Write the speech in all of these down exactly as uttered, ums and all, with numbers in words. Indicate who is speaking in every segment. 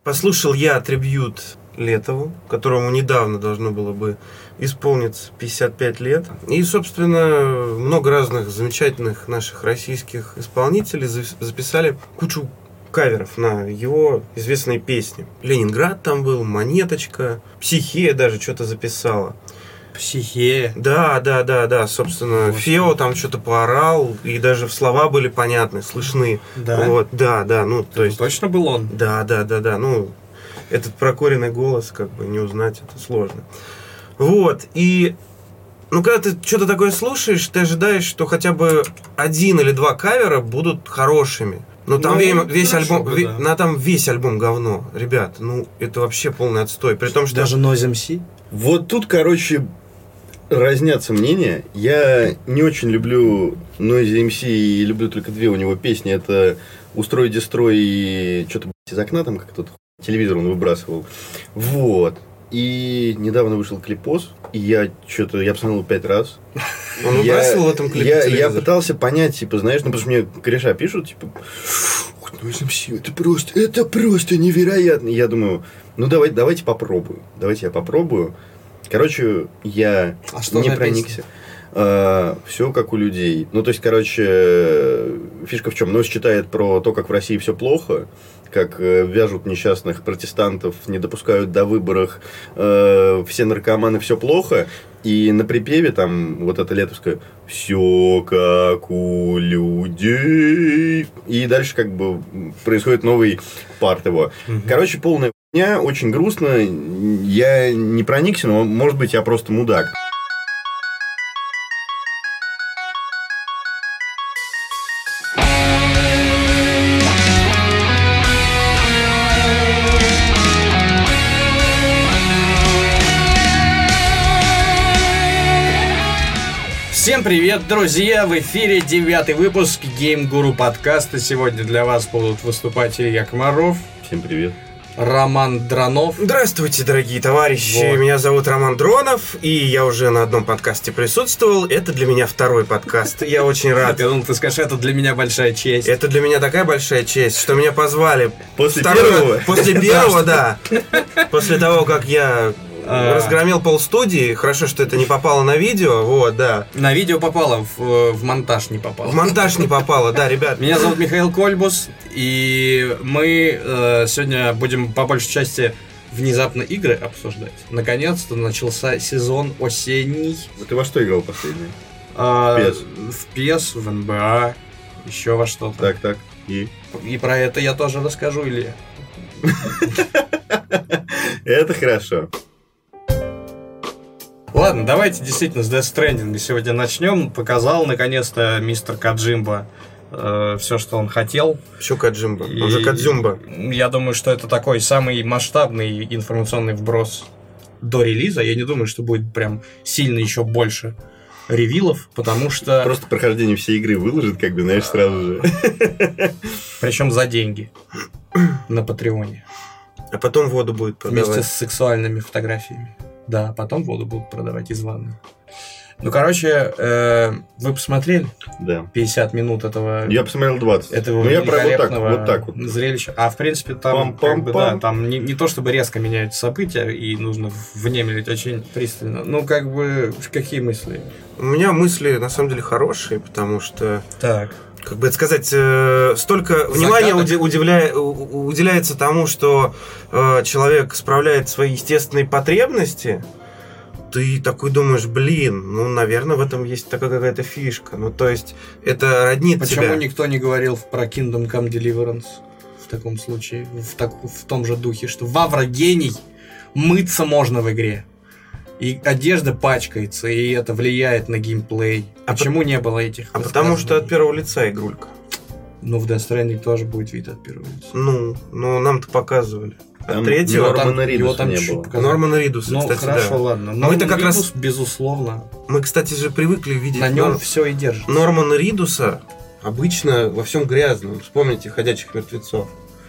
Speaker 1: Послушал я трибьют Летову, которому недавно должно было бы исполнится пятьдесят пять лет. И, собственно, много разных замечательных наших российских исполнителей записали кучу каверов на его известные песни. Ленинград там был, Монеточка, Психея даже что-то записала.
Speaker 2: Психея?
Speaker 1: Да, да, да, да, собственно, Господи. Фео там что-то поорал, и даже слова были понятны, слышны.
Speaker 2: Да?
Speaker 1: Вот, да, да, ну, то есть...
Speaker 2: Точно был он?
Speaker 1: Да, да, да, да, ну, этот прокуренный голос, как бы, не узнать, это сложно. Вот, и, ну, когда ты что-то такое слушаешь, ты ожидаешь, что хотя бы один или два кавера будут хорошими. Но там ну, весь, весь альбом, бы, да. на там весь альбом говно, ребят, ну, это вообще полный отстой. При том, что...
Speaker 2: Даже Noise эм си?
Speaker 3: Вот тут, короче, разнятся мнения. Я не очень люблю Noise эм си и люблю только две у него песни. Это «Устрой, дестрой» и что-то из окна там, как тот телевизор он выбрасывал. Вот. И недавно вышел клипос, и я что-то, я посмотрел пять раз.
Speaker 1: Он выбрасывал в этом клипе
Speaker 3: я, я пытался понять, типа, знаешь, ну, потому что мне кореша пишут, типа, ну, эс эм си, это просто, это просто невероятно. Я думаю, ну, давайте, давайте попробую. Давайте я попробую. Короче, я
Speaker 2: а что
Speaker 3: не проникся. Uh, все как у людей. Ну, то есть, короче, фишка в чем? Нойз читает про то, как в России все плохо, как э, вяжут несчастных протестантов, не допускают до выборов, э, все наркоманы, все плохо. И на припеве там вот это летовское «все как у людей». И дальше как бы происходит новый парт его. Угу. Короче, полная хуйня, очень грустно. Я не проникся, но, может быть, я просто мудак.
Speaker 2: Всем привет, друзья! В эфире девятый выпуск Game Guru подкаста. Сегодня для вас будут выступать Илья Комаров.
Speaker 3: Всем привет.
Speaker 2: Роман Дронов.
Speaker 1: Здравствуйте, дорогие товарищи. Вот. Меня зовут Роман Дронов, и я уже на одном подкасте присутствовал. Это для меня второй подкаст. Я очень рад.
Speaker 2: Я думал, ты скажешь, это для меня большая честь.
Speaker 1: Это для меня такая большая честь, что меня позвали
Speaker 3: после первого.
Speaker 1: После первого, да. После того, как я разгромил полстудии. Хорошо, что это не попало на видео. Вот, да.
Speaker 2: На видео попало, в, в монтаж не попало.
Speaker 1: В монтаж не попало, да, ребят.
Speaker 2: Меня зовут Михаил Кольбус, и мы э, сегодня будем по большей части внезапно игры обсуждать. Наконец-то начался сезон осенний.
Speaker 3: Ты во что играл последний?
Speaker 2: А, в пи эс. В пи эс, в эн бэ а, еще во что-то.
Speaker 3: Так, так. И?
Speaker 2: И про это я тоже расскажу, Илья.
Speaker 3: Это хорошо.
Speaker 2: Ладно, давайте действительно с Death Stranding сегодня начнем. Показал наконец-то мистер Коджимба э, все, что он хотел.
Speaker 1: Еще Коджимба, он же Кодзюмба.
Speaker 2: Я думаю, что это такой самый масштабный информационный вброс до релиза. Я не думаю, что будет прям сильно еще больше ревилов, потому что...
Speaker 3: Просто прохождение всей игры выложит, как бы, знаешь, сразу же.
Speaker 2: Причем за деньги. На Патреоне.
Speaker 1: А потом воду будет продавать.
Speaker 2: Вместе с сексуальными фотографиями. Да, потом воду будут продавать из ванны. Ну, короче, э, вы посмотрели?
Speaker 3: Да.
Speaker 2: пятьдесят минут этого...
Speaker 3: Я посмотрел двадцать.
Speaker 2: Этого
Speaker 3: ну, я прям вот так,
Speaker 2: вот
Speaker 3: так вот.
Speaker 2: Зрелища. А, в принципе, там, как бы, да, там не, не то, чтобы резко меняются события, и нужно внемлить очень пристально. Ну, как бы, какие мысли?
Speaker 1: У меня мысли, на самом деле, хорошие, потому что...
Speaker 2: Так.
Speaker 1: Как бы это сказать, э, столько внимания уди- удивля- уделяется тому, что э, человек справляет свои естественные потребности. Ты такой думаешь, блин, ну, наверное, в этом есть такая какая-то фишка. Ну, то есть, это роднит
Speaker 2: Почему
Speaker 1: тебя.
Speaker 2: Почему никто не говорил про Kingdom Come Deliverance в таком случае? В, так, в том же духе, что Вавра гений, мыться можно в игре. И одежда пачкается, и это влияет на геймплей. А Почему по... не было этих?
Speaker 1: А потому что от первого лица игрулька.
Speaker 2: Ну, в Death Stranding тоже будет вид от первого лица.
Speaker 1: Ну, ну нам-то показывали. От третьего
Speaker 3: Нормана Ридуса не было.
Speaker 1: Нормана Ридуса,
Speaker 2: ну,
Speaker 1: кстати,
Speaker 2: хорошо,
Speaker 1: да.
Speaker 2: ладно.
Speaker 1: Но это как
Speaker 2: Ридус,
Speaker 1: раз...
Speaker 2: безусловно.
Speaker 1: Мы, кстати же, привыкли видеть...
Speaker 2: На нем
Speaker 1: Нор...
Speaker 2: все и держится.
Speaker 1: Нормана Ридуса обычно во всем грязном. Вспомните «Ходячих мертвецов».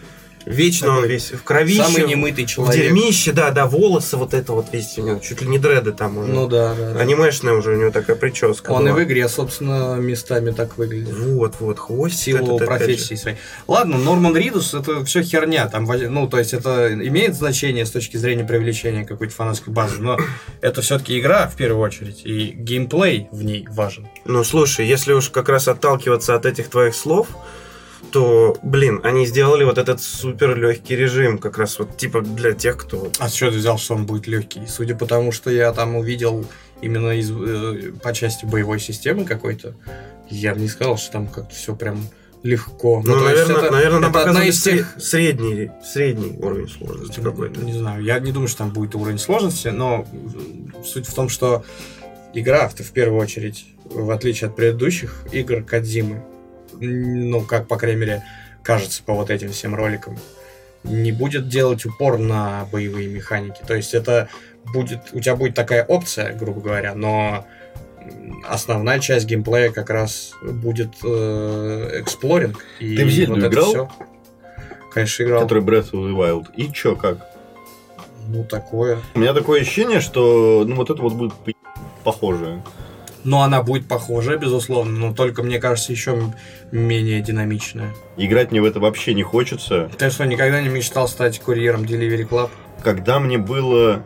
Speaker 1: Вечно он весь в кровище.
Speaker 2: Самый немытый человек.
Speaker 1: В дерьмище, да, да, волосы вот это вот весь у него, чуть ли не дреды там уже.
Speaker 2: Ну да, да.
Speaker 1: Анимешная уже у него такая прическа.
Speaker 2: Он
Speaker 1: была.
Speaker 2: и в игре, собственно, местами так выглядит.
Speaker 1: Вот, вот, хвост.
Speaker 2: Силу профессии своей. Ладно, Норман Ридус это все херня. Там, ну, то есть это имеет значение с точки зрения привлечения какой-то фанатской базы, но это все-таки игра в первую очередь, и геймплей в ней важен.
Speaker 1: Ну, слушай, если уж как раз отталкиваться от этих твоих слов, то, блин, они сделали вот этот супер легкий режим, как раз вот типа для тех, кто...
Speaker 2: А с чего ты взял, что он будет легкий? Судя по тому, что я там увидел именно из, э, по части боевой системы какой-то, я бы не сказал, что там как-то все прям легко.
Speaker 1: Ну, ну наверное, это, наверное, нам
Speaker 2: это одна из тех...
Speaker 1: средний, средний уровень сложности какой-то.
Speaker 2: Не знаю, я не думаю, что там будет уровень сложности, но суть в том, что игра, в первую очередь, в отличие от предыдущих игр Кодзимы, ну, как, по крайней мере, кажется по вот этим всем роликам, не будет делать упор на боевые механики. То есть это будет... У тебя будет такая опция, грубо говоря, но основная часть геймплея как раз будет э, эксплоринг. И
Speaker 3: ты в Зельду
Speaker 2: вот
Speaker 3: играл?
Speaker 2: Все. Конечно, играл.
Speaker 3: Который Breath of the Wild. И чё, как?
Speaker 2: Ну, такое.
Speaker 3: У меня такое ощущение, что ну вот это вот будет похоже.
Speaker 2: Но она будет похожа, безусловно, но только, мне кажется, еще менее динамичная.
Speaker 3: Играть мне в это вообще не хочется.
Speaker 2: Ты что, никогда не мечтал стать курьером Delivery Club?
Speaker 3: Когда мне было...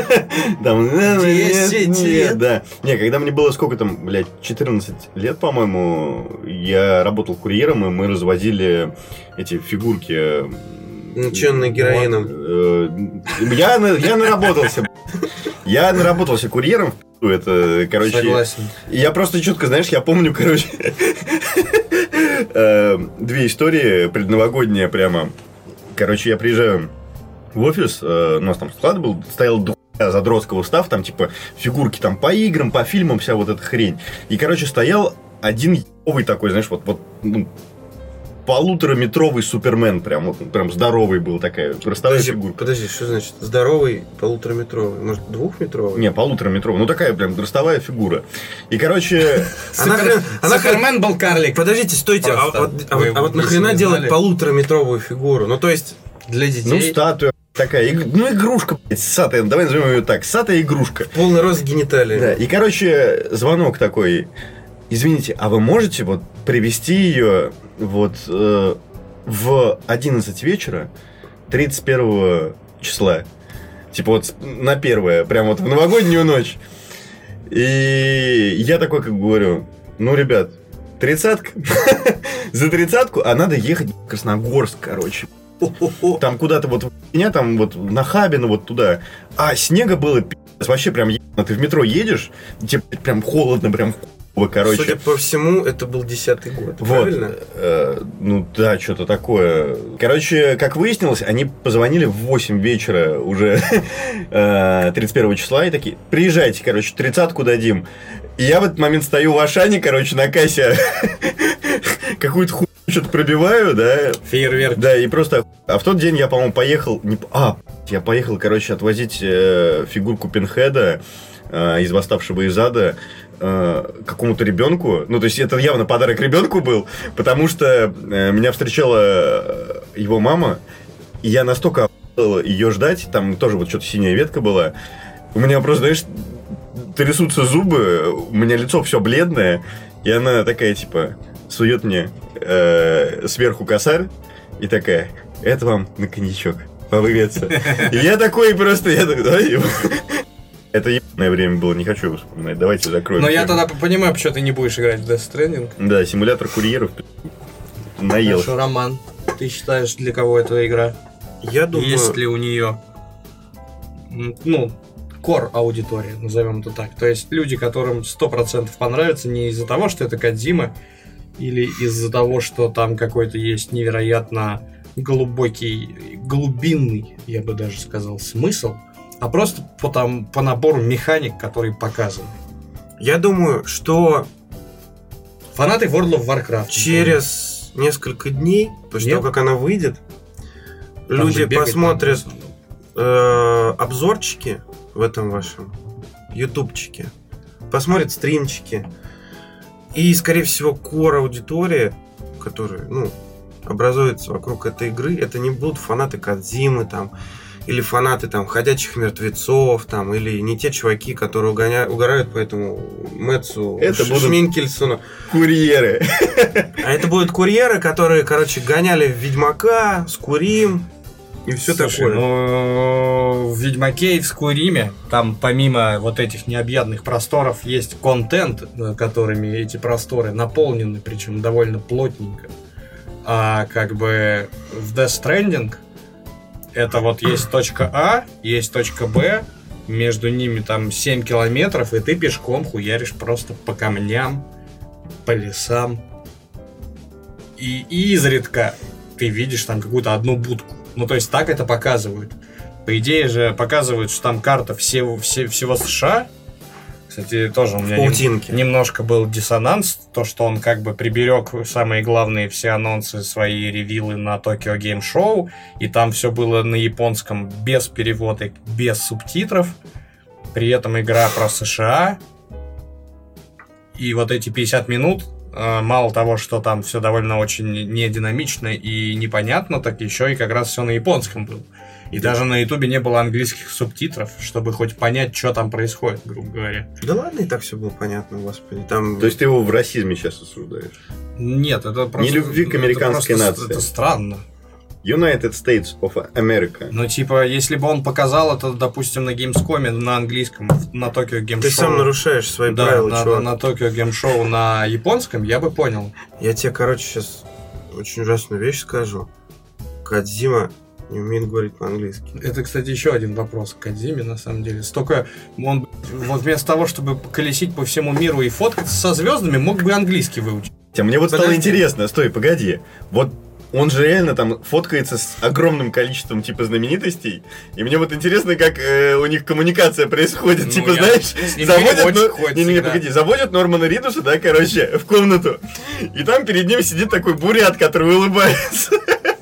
Speaker 2: десять лет?
Speaker 3: Да. Не, когда мне было сколько там, блядь, четырнадцать лет, по-моему, я работал курьером, и мы развозили эти фигурки...
Speaker 1: Начиненные героином.
Speaker 3: Я наработался. Я наработался курьером. Это, короче...
Speaker 2: Согласен.
Speaker 3: Я просто четко, знаешь, я помню, короче... Две истории предновогодние прямо. Короче, я приезжаю в офис, у нас там склад был, стоял дохуя задротского став, там типа фигурки там по играм, по фильмам, вся вот эта хрень. И, короче, стоял один ебовый такой, знаешь, вот, вот ну, полутораметровый Супермен, прям, вот, прям здоровый был такая, простая
Speaker 1: подожди,
Speaker 3: фигурка.
Speaker 1: Подожди, что значит здоровый полутораметровый? Может, двухметровый?
Speaker 3: Не, полутораметровый, ну такая прям ростовая фигура. И, короче...
Speaker 2: Супермен был карлик.
Speaker 1: Подождите, стойте, а вот нахрена делать полутораметровую фигуру? Ну, то есть, для детей...
Speaker 3: Ну, статуя такая, ну, игрушка, блядь, сатая, давай назовем ее так, сатая игрушка.
Speaker 1: Полный рост гениталии.
Speaker 3: Да, и, короче, звонок такой... Извините, а вы можете вот привезти ее вот э, в одиннадцать вечера тридцать первого числа? Типа вот на первое, прям вот в новогоднюю ночь. И я такой как говорю, ну, ребят, тридцатка. За тридцатку, а надо ехать в Красногорск, короче. Там куда-то вот меня там вот на Хабино вот туда. А снега было пи***ц. Вообще прям ебано. Ты в метро едешь, тебе прям холодно, прям короче.
Speaker 1: Судя по всему, это был десятый год,
Speaker 3: вот,
Speaker 1: правильно?
Speaker 3: Э, ну да, что-то такое. Короче, как выяснилось, они позвонили в восемь вечера уже тридцать первого числа и такие, приезжайте, короче, тридцатку дадим. И я в этот момент стою в Ашане, короче, на кассе, какую-то хуйню что-то пробиваю, да.
Speaker 2: Фейерверк.
Speaker 3: Да, и просто... А в тот день я, по-моему, поехал... Не... А, я поехал, короче, отвозить э, фигурку Пинхеда э, из «Восставшего из ада» какому-то ребенку. Ну, то есть, это явно подарок ребенку был, потому что э, меня встречала его мама, и я настолько охуел ее ждать, там тоже вот что-то синяя ветка была. У меня просто, знаешь, трясутся зубы, у меня лицо все бледное, и она такая, типа, сует мне э, сверху косарь, и такая, это вам на коньячок, повыветься. И я такой просто, я такой, давай. Это ебаное время было, не хочу его вспоминать. Давайте закроем.
Speaker 2: Но я тогда понимаю, почему ты не будешь играть в Death Stranding.
Speaker 3: Да, симулятор курьеров наел.
Speaker 2: Хорошо, Роман, ты считаешь, для кого эта игра?
Speaker 1: Я думаю...
Speaker 2: Есть ли у нее, ну, кор аудитория, назовем это так. То есть люди, которым сто процентов понравится не из-за того, что это Кодзима, или из-за того, что там какой-то есть невероятно глубокий, глубинный, я бы даже сказал, смысл, а просто по, там, по набору механик, которые показаны.
Speaker 1: Я думаю, что
Speaker 2: фанаты World of Warcraft
Speaker 1: через например. несколько дней, после Нет? того, как она выйдет, там люди посмотрят э, обзорчики в этом вашем ютубчике, посмотрят стримчики, и, скорее всего, кор аудитория, которая, ну, образуется вокруг этой игры, это не будут фанаты Кодзимы там, или фанаты там ходячих мертвецов, там, или не те чуваки, которые угоня... угорают по этому Мэтсу
Speaker 3: это
Speaker 1: Ш... Шминкельсону.
Speaker 3: Курьеры.
Speaker 1: А это будут курьеры, которые, короче, гоняли в Ведьмака, Скурим и все такое.
Speaker 2: Ну, в Ведьмаке и в Скуриме, там помимо вот этих необъятных просторов, есть контент, которыми эти просторы наполнены, причем довольно плотненько. А как бы в Death Stranding это вот есть точка А, есть точка Б, между ними там семь километров, и ты пешком хуяришь просто по камням, по лесам. И, и изредка ты видишь там какую-то одну будку. Ну, то есть так это показывают. По идее же показывают, что там карта всего, все, всего США. Кстати, тоже у меня нем, немножко был диссонанс, то, что он как бы приберег самые главные все анонсы, свои ревилы на Tokyo Game Show, и там все было на японском без перевода, без субтитров, при этом игра про США, и вот эти пятьдесят минут, мало того, что там все довольно очень нединамично и непонятно, так еще и как раз все на японском было. И даже на Ютубе не было английских субтитров, чтобы хоть понять, что там происходит, грубо говоря.
Speaker 1: Да ладно, и так все было понятно, господи. Там...
Speaker 3: То есть ты его в расизме сейчас осуждаешь?
Speaker 2: Нет, это просто...
Speaker 3: Не любви к американской
Speaker 2: это
Speaker 3: нации.
Speaker 2: Это странно.
Speaker 3: United States of America.
Speaker 2: Ну, типа, если бы он показал это, допустим, на Gamescom на английском, на Tokyo Game Show...
Speaker 1: Ты сам нарушаешь свои
Speaker 2: да,
Speaker 1: правила,
Speaker 2: на,
Speaker 1: чувак.
Speaker 2: на Tokyo Game Show на японском, я бы понял.
Speaker 1: Я тебе, короче, сейчас очень ужасную вещь скажу. Кодзима не умеет говорить по-английски.
Speaker 2: Это, кстати, еще один вопрос к Кодзиме, на самом деле. Столько... Он вот вместо того, чтобы колесить по всему миру и фоткаться со звездами, мог бы английский выучить.
Speaker 3: А мне вот
Speaker 1: Подожди.
Speaker 3: стало интересно, стой, погоди. Вот он же реально там фоткается с огромным количеством типа знаменитостей. И мне вот интересно, как э, у них коммуникация происходит.
Speaker 2: Ну,
Speaker 3: типа,
Speaker 2: я
Speaker 3: знаешь,
Speaker 2: с ним
Speaker 3: заводят,
Speaker 2: переводчик
Speaker 3: ну,
Speaker 2: ходит
Speaker 3: не, не, не,
Speaker 2: всегда.
Speaker 3: погоди, заводят Нормана Ридуса, да, короче, в комнату. И там перед ним сидит такой бурят, который улыбается.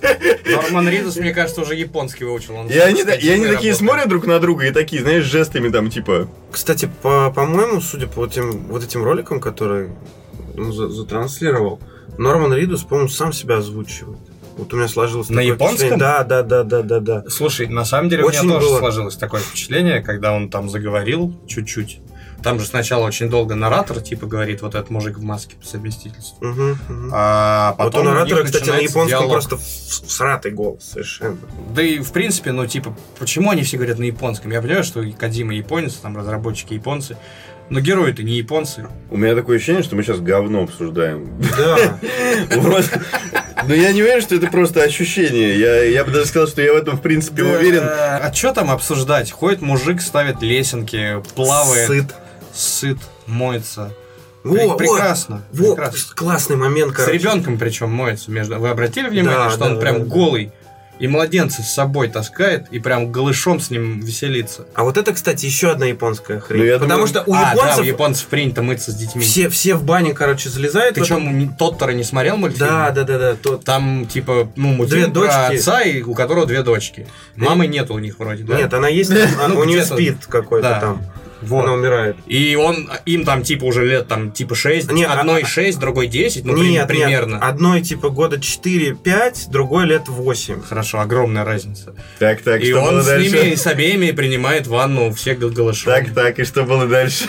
Speaker 2: Норман Ридус, мне кажется, уже японский выучил. Он
Speaker 3: И они, и они такие
Speaker 2: работает.
Speaker 3: смотрят друг на друга и такие, знаешь, жестами там типа...
Speaker 1: Кстати, по- по-моему, судя по тем, вот этим роликам, которые он за- затранслировал, Норман Ридус, по-моему, сам себя озвучивает. Вот у меня сложилось
Speaker 2: На
Speaker 1: такое
Speaker 2: японском?
Speaker 1: впечатление. Да, да, да, да, да, да.
Speaker 2: Слушай, на самом деле
Speaker 1: Очень
Speaker 2: у меня тоже
Speaker 1: было.
Speaker 2: сложилось такое впечатление, когда он там заговорил чуть-чуть. Там же сначала очень долго наратор, типа, говорит, вот этот мужик в маске по совместительству.
Speaker 1: Угу, угу.
Speaker 2: А
Speaker 1: Вот
Speaker 2: потом
Speaker 1: у
Speaker 2: у них
Speaker 1: наратора, кстати, на
Speaker 2: начинается
Speaker 1: японском
Speaker 2: диалог.
Speaker 1: просто в- всратый голос совершенно.
Speaker 2: Да и, в принципе, ну, типа, почему они все говорят на японском? Я понимаю, что и Кодзима японец, там, разработчики японцы, но герои-то не японцы.
Speaker 3: У меня такое ощущение, что мы сейчас говно обсуждаем.
Speaker 1: Да.
Speaker 3: Вот. Но я не уверен, что это просто ощущение. Я, я бы даже сказал, что я в этом, в принципе, уверен.
Speaker 2: А что там обсуждать? Ходит мужик, ставит лесенки, плавает,
Speaker 1: Сыт.
Speaker 2: сыт, моется.
Speaker 1: Во,
Speaker 2: Пре-
Speaker 1: во,
Speaker 2: прекрасно.
Speaker 1: во,
Speaker 2: прекрасно.
Speaker 1: классный момент,
Speaker 2: С
Speaker 1: короче.
Speaker 2: ребенком причем моется между. Вы обратили внимание,
Speaker 1: Да,
Speaker 2: что
Speaker 1: да,
Speaker 2: он прям
Speaker 1: да, да.
Speaker 2: голый и младенца с собой таскает и прям голышом с ним веселится.
Speaker 1: А вот это, кстати, еще одна японская хрень.
Speaker 3: Ну, я
Speaker 1: Потому
Speaker 3: думаю-
Speaker 1: что у
Speaker 2: а, да,
Speaker 1: японцев
Speaker 2: у японцев принято мыться с детьми.
Speaker 1: все, все в бане, короче, залезают.
Speaker 2: Ты
Speaker 1: в
Speaker 2: что,
Speaker 1: этом-
Speaker 2: Тоттера не смотрел мультфильм?
Speaker 1: Да, да, да, да. Тот...
Speaker 2: Там, типа, ну,
Speaker 1: Две
Speaker 2: мультфильм про
Speaker 1: дочки.
Speaker 2: отца, и у которого две дочки. Мамы нет у них вроде, да?
Speaker 1: Нет, она есть, а
Speaker 2: Ну,
Speaker 1: у нее
Speaker 2: где-то.
Speaker 1: спит какой-то
Speaker 2: Да.
Speaker 1: там.
Speaker 2: Вот.
Speaker 1: Она умирает.
Speaker 2: И он, им там, типа, уже лет, там, типа, шесть.
Speaker 1: Не,
Speaker 2: одной
Speaker 1: а-
Speaker 2: шесть, другой десять, ну, при-
Speaker 1: нет,
Speaker 2: примерно.
Speaker 1: нет, одной типа года четыре-пять, другой лет восемь.
Speaker 2: Хорошо, огромная разница.
Speaker 3: Так, так,
Speaker 2: И
Speaker 3: что
Speaker 2: он
Speaker 3: было
Speaker 2: с
Speaker 3: дальше?
Speaker 2: ними, с обеими принимает ванну, все гол- голышом.
Speaker 3: Так, так, и что было дальше?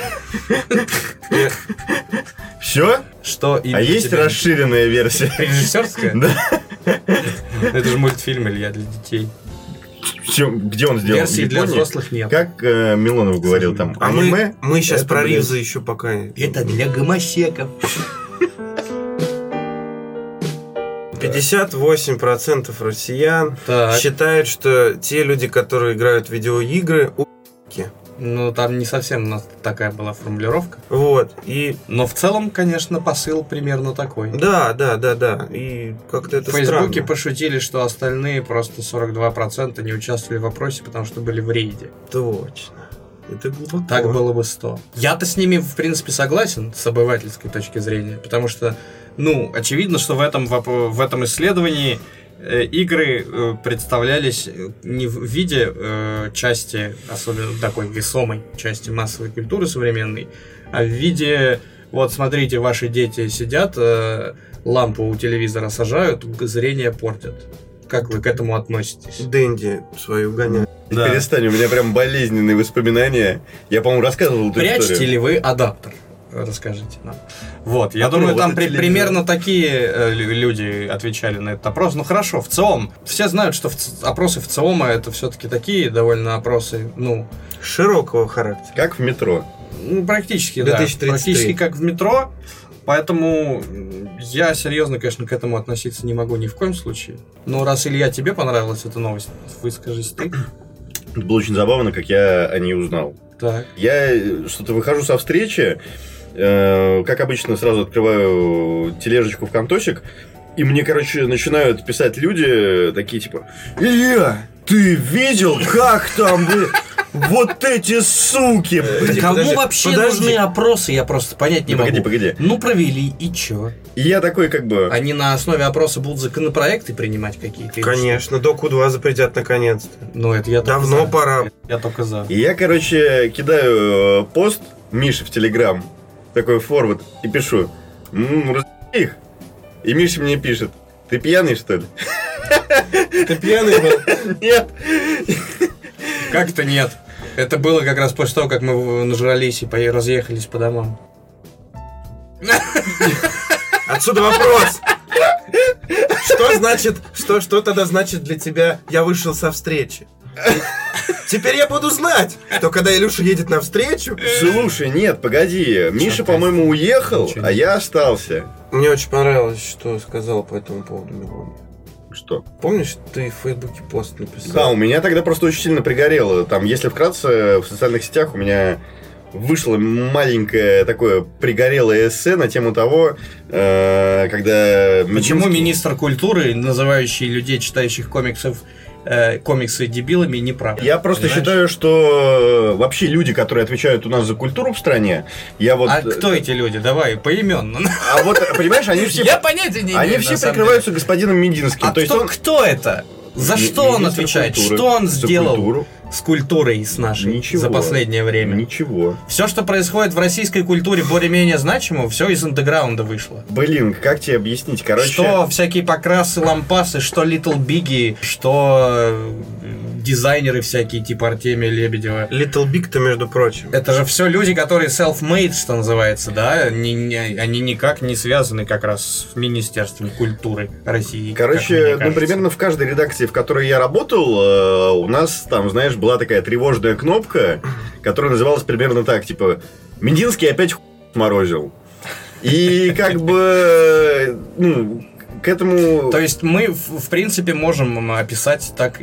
Speaker 3: Все?
Speaker 2: Что и
Speaker 3: А есть расширенная версия?
Speaker 2: режиссерская?
Speaker 3: Да.
Speaker 2: Это же мультфильм, Илья, для детей.
Speaker 3: Чем- Где он сделан? В
Speaker 2: Версии для
Speaker 3: Японии?
Speaker 2: взрослых нет.
Speaker 3: Как э, Милонов говорил там,
Speaker 1: А
Speaker 3: аниме?
Speaker 1: мы, мы сейчас
Speaker 3: это,
Speaker 1: про
Speaker 3: блядь,
Speaker 1: Ривза еще пока.
Speaker 2: Это для гомосеков.
Speaker 1: пятьдесят восемь процентов россиян
Speaker 2: Так,
Speaker 1: считают, что те люди, которые играют в видеоигры, у**ки.
Speaker 2: ну там не совсем у нас такая была формулировка.
Speaker 1: Вот. И
Speaker 2: Но в целом, конечно, посыл примерно такой.
Speaker 1: да, да, да, да. И как-то это
Speaker 2: В Фейсбуке
Speaker 1: странно.
Speaker 2: пошутили, что остальные просто сорок два процента не участвовали в опросе, потому что были в рейде.
Speaker 1: Точно. Это глубоко.
Speaker 2: Так было бы сто. Я-то с ними, в принципе, согласен с обывательской точки зрения, потому что, ну, очевидно, что в этом, воп- в этом исследовании э, игры э, представлялись э, не в виде э, части, особенно такой весомой части массовой культуры современной, а в виде, вот смотрите, ваши дети сидят, э, лампу у телевизора сажают, зрение портят. Как вы к этому относитесь?
Speaker 1: Дэнди свою гоняют.
Speaker 3: Да. Перестань, у меня прям болезненные воспоминания. Я, по-моему, рассказывал эту историю.
Speaker 2: Прячете ли вы адаптер? Расскажите нам. Вот, я
Speaker 3: а
Speaker 2: думаю, там
Speaker 3: вот
Speaker 2: при, примерно такие э, люди отвечали на этот опрос. Ну хорошо, в ЦИОМ. Все знают, что в ц... опросы в ЦИОМа это все-таки такие довольно опросы, ну...
Speaker 1: широкого характера.
Speaker 3: Как в метро.
Speaker 2: Ну, практически, да. Практически как в метро. Поэтому я серьезно, конечно, к этому относиться не могу ни в коем случае. Но раз, Илья, тебе понравилась эта новость, выскажись ты.
Speaker 3: Это было очень забавно, как я о ней узнал.
Speaker 2: Так.
Speaker 3: Я что-то выхожу со встречи, э, как обычно, сразу открываю тележечку в Контосик, и мне, короче, начинают писать люди такие, типа: «Илья, ты видел, как там вы... Вот эти суки!»
Speaker 2: Да кому подожди, вообще подожди. нужны опросы? Я просто понять не
Speaker 3: ну,
Speaker 2: могу.
Speaker 3: Погоди, погоди.
Speaker 2: Ну, провели, и чё?
Speaker 3: И я такой, как бы...
Speaker 2: Они на основе опроса будут законопроекты принимать какие-то?
Speaker 1: Конечно, до Ку два запретят наконец-то.
Speaker 2: Ну, это я
Speaker 1: давно
Speaker 2: за.
Speaker 1: пора.
Speaker 2: Я, я только за.
Speaker 3: И я, короче, кидаю пост Мише в Телеграм, такой форвард, и пишу: «Ммм, раз*** их». И Миша мне пишет: «Ты пьяный, что ли?»
Speaker 1: Ты пьяный был?
Speaker 3: Нет.
Speaker 2: Как-то нет. Это было как раз после того, как мы нажрались и разъехались по домам.
Speaker 1: Отсюда вопрос. Что значит, что, что тогда значит для тебя «я вышел со встречи»? Теперь я буду знать, что когда Илюша едет навстречу...
Speaker 3: Слушай, нет, погоди. Миша, по-моему, уехал, а я остался.
Speaker 1: Мне очень понравилось, что сказал по этому поводу Милон.
Speaker 3: Что?
Speaker 1: Помнишь, ты в Фейсбуке пост написал?
Speaker 3: Да, у меня тогда просто очень сильно пригорело. Там, если вкратце, в социальных сетях у меня вышло маленькое такое пригорелое эссе на тему того, э, когда...
Speaker 2: Почему
Speaker 3: Мединский...
Speaker 2: министр культуры, называющий людей, читающих комиксов, э, комиксы дебилами, не прав?
Speaker 3: Я просто
Speaker 2: понимаешь?
Speaker 3: считаю, что вообще люди, которые отвечают у нас за культуру в стране, я вот...
Speaker 2: А кто эти люди? Давай, поименно.
Speaker 3: А вот, понимаешь, они все...
Speaker 2: Я понятия не имею.
Speaker 3: Они все прикрываются господином Мединским.
Speaker 2: А кто это? За что он отвечает? Что он сделал с культурой с нашей
Speaker 3: Ничего.
Speaker 2: За последнее время?
Speaker 3: Ничего.
Speaker 2: Все, что происходит в российской культуре более-менее значимо, все из андеграунда вышло.
Speaker 3: Блин, как тебе объяснить? Короче...
Speaker 2: Что всякие покрасы, лампасы, что Little Biggie, что дизайнеры всякие, типа Артемия Лебедева.
Speaker 1: Little Big-то, между прочим.
Speaker 2: Это же все люди, которые self-made, что называется, да? Они, не, они никак не связаны как раз с Министерством культуры России.
Speaker 3: Короче, ну, примерно в каждой редакции, в которой я работал, э, у нас там, знаешь, была такая тревожная кнопка, которая называлась примерно так, типа: «Мединский опять хуй сморозил». И как бы, ну, к этому...
Speaker 2: То есть мы, в принципе, можем описать так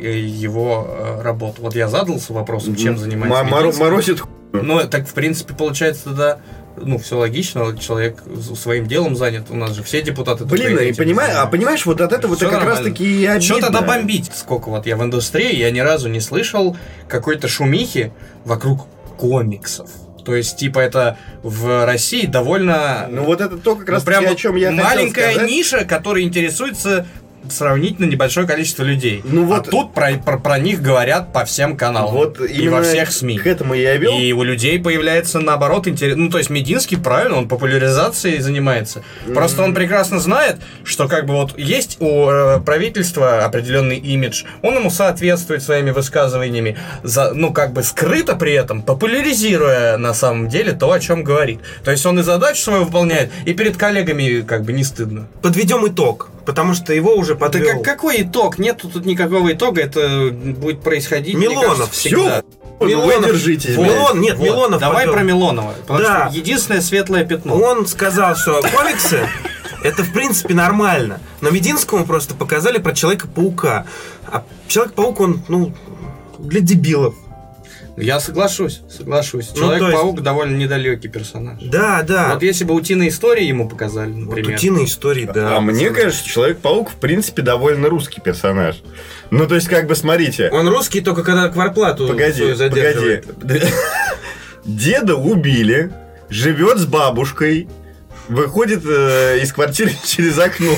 Speaker 2: его работу. Вот я задался вопросом, чем занимается Мединский.
Speaker 3: Морозит хуй.
Speaker 2: Ну, так, в принципе, получается тогда... Ну, все логично, человек своим делом занят. У нас же все депутаты...
Speaker 3: Блин, и понимаешь, а понимаешь, вот от этого-то как раз таки и обидно.
Speaker 2: Что тогда бомбить? Сколько вот я в индустрии, я ни разу не слышал какой-то шумихи вокруг комиксов. То есть, типа, это в России довольно...
Speaker 3: Ну, вот это то, как раз
Speaker 2: ну,
Speaker 3: таки, о чем я хотел сказать.
Speaker 2: Маленькая ниша, которая интересуется сравнительно небольшое количество людей.
Speaker 3: Ну, вот...
Speaker 2: А тут про, про, про них говорят по всем каналам.
Speaker 3: Вот
Speaker 2: и во всех СМИ.
Speaker 3: К этому я вел.
Speaker 2: И у людей появляется, наоборот, интерес. Ну, то есть, Мединский, правильно, он популяризацией занимается. Mm-hmm. Просто он прекрасно знает, что как бы вот есть у э, правительства определенный имидж, он ему соответствует своими высказываниями, за, ну, как бы скрыто при этом, популяризируя на самом деле то, о чем говорит. То есть, он и задачу свою выполняет, и перед коллегами как бы не стыдно.
Speaker 1: Подведем итог. Потому что его уже подвел.
Speaker 2: Да как, какой итог? Нету тут никакого итога, это будет происходить.
Speaker 1: Милонов,
Speaker 2: всегда.
Speaker 3: Милонов, вы держитесь.
Speaker 1: Вот, Милон, нет, вот. Милонов.
Speaker 2: Давай
Speaker 1: подвел.
Speaker 2: про Милонова. Потому
Speaker 1: да.
Speaker 2: что единственное светлое пятно.
Speaker 1: Он сказал, что комиксы это в принципе нормально. Но Мединскому просто показали про Человека-паука. А Человек-паук, он, ну, для дебилов.
Speaker 2: Я соглашусь, соглашусь. Человек-паук есть... довольно недалекий персонаж.
Speaker 1: Да, да.
Speaker 2: Вот если бы «Утиные истории» ему показали, например.
Speaker 1: Вот «Утиные истории», да.
Speaker 3: А, а мне кажется, Человек-паук в принципе довольно русский персонаж. Ну, то есть, как бы, смотрите.
Speaker 1: Он русский только когда квартплату
Speaker 3: погоди,
Speaker 1: задерживает.
Speaker 3: Погоди. Деда убили, живет с бабушкой, выходит э, из квартиры через окно.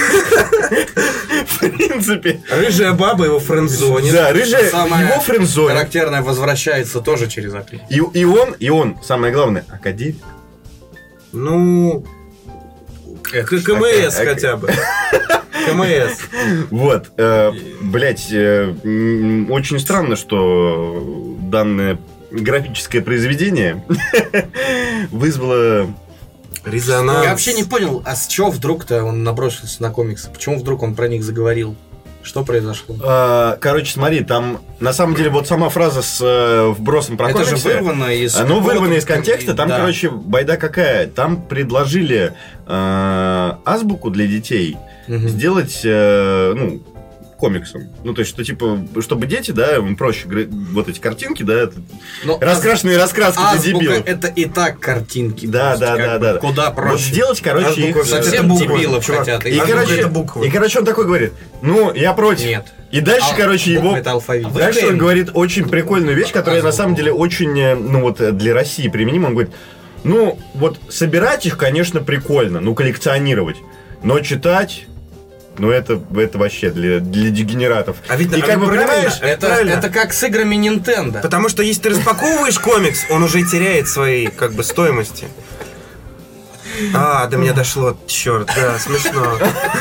Speaker 3: В принципе.
Speaker 1: Рыжая баба его френдзонит.
Speaker 3: Да, рыжая его френдзонит.
Speaker 2: Характерная возвращается тоже через окно.
Speaker 3: И, и он, и он, самое главное, академик.
Speaker 1: Ну, КМС хотя бы. КМС.
Speaker 3: Вот. Блять, очень странно, что данное графическое произведение вызвало
Speaker 1: резонанс.
Speaker 2: Я вообще не понял, а с чего вдруг-то он набросился на комиксы? Почему вдруг он про них заговорил? Что произошло?
Speaker 3: Короче, смотри, там на самом деле вот сама фраза с э, вбросом про
Speaker 2: Это
Speaker 3: комиксы,
Speaker 2: же вырвано из...
Speaker 3: оно вырвано из контекста. Там,
Speaker 2: да.
Speaker 3: короче, байда какая. Там предложили э, азбуку для детей
Speaker 2: Угу.
Speaker 3: сделать, э, ну, комиксом. Ну, то есть, что, типа, чтобы дети, да, им проще, вот эти картинки, да,
Speaker 2: Но
Speaker 3: раскрашенные раскраски для
Speaker 2: азбука
Speaker 3: дебилов.
Speaker 2: это и так картинки.
Speaker 3: Да, да, да, да.
Speaker 2: Куда проще.
Speaker 3: Вот сделать, короче,
Speaker 1: Азбука
Speaker 3: их...
Speaker 2: Совсем
Speaker 1: это
Speaker 2: дебилов
Speaker 1: чувак.
Speaker 2: хотят.
Speaker 3: И,
Speaker 1: Азбука
Speaker 3: короче,
Speaker 1: это буквы.
Speaker 3: и, короче, он такой говорит, ну, я против.
Speaker 2: Нет.
Speaker 3: И дальше,
Speaker 2: А,
Speaker 3: короче,
Speaker 2: буквы
Speaker 3: его...
Speaker 2: это алфавит.
Speaker 3: Дальше он говорит очень прикольную вещь, которая
Speaker 2: Азбуку.
Speaker 3: на самом деле очень, э, ну вот, э, для России применима. Он говорит, ну, вот собирать их, конечно, прикольно, ну, коллекционировать, но читать... Ну, это, это вообще для, для дегенератов.
Speaker 1: А ведь
Speaker 3: и как бы,
Speaker 1: правильно,
Speaker 3: понимаешь,
Speaker 2: Это,
Speaker 1: правильно.
Speaker 2: это как с играми Nintendo.
Speaker 1: Потому что если ты распаковываешь комикс, он уже теряет своей, как бы, стоимости. А, до меня дошло, черт, да, смешно.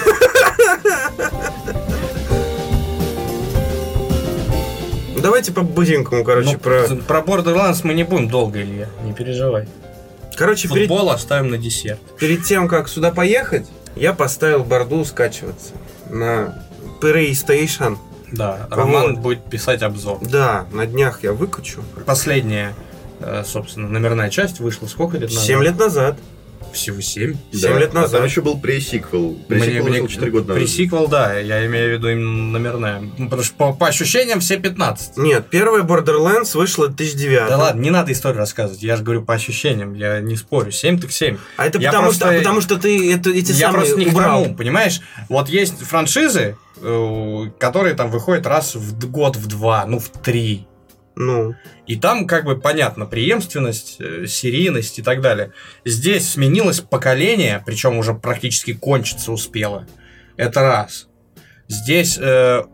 Speaker 1: Давайте по-быстренькому, короче,
Speaker 2: Ну,
Speaker 1: про...
Speaker 2: про Borderlands мы не будем долго, Илья, не переживай.
Speaker 1: Короче, перед,
Speaker 2: Футбол оставим на десерт.
Speaker 1: перед тем, как сюда поехать, я поставил борду скачиваться на PlayStation.
Speaker 2: Да, Роман
Speaker 1: Вот.
Speaker 2: будет писать обзор.
Speaker 1: Да, на днях я выкачу.
Speaker 2: Последняя, э, собственно, номерная часть вышла сколько лет назад?
Speaker 1: Семь лет назад.
Speaker 2: Всего семь?
Speaker 1: Семь лет
Speaker 3: А там
Speaker 1: назад.
Speaker 3: еще был пресиквел.
Speaker 2: Мне-
Speaker 3: Пресиквел
Speaker 2: мне-
Speaker 3: вышел четыре года назад.
Speaker 2: Пресиквел, да, я имею в виду именно номерная. Ну, потому что по, по ощущениям все пятнадцать.
Speaker 1: Нет, первая Borderlands вышла в две тысячи девятом.
Speaker 2: Да ладно, не надо историю рассказывать, я же говорю по ощущениям, я не спорю. семь так семь.
Speaker 1: А это
Speaker 2: Я
Speaker 1: потому,
Speaker 2: просто-
Speaker 1: что, потому что ты это, эти
Speaker 2: Я
Speaker 1: самые
Speaker 2: просто не к
Speaker 1: убрал.
Speaker 2: тому, понимаешь? Вот есть франшизы, э, которые там выходят раз в д- год, в два, ну в три.
Speaker 1: Ну,
Speaker 2: И там как бы понятно преемственность, э, серийность и так далее. Здесь сменилось поколение, причем уже практически кончиться успело. Это раз. Здесь э,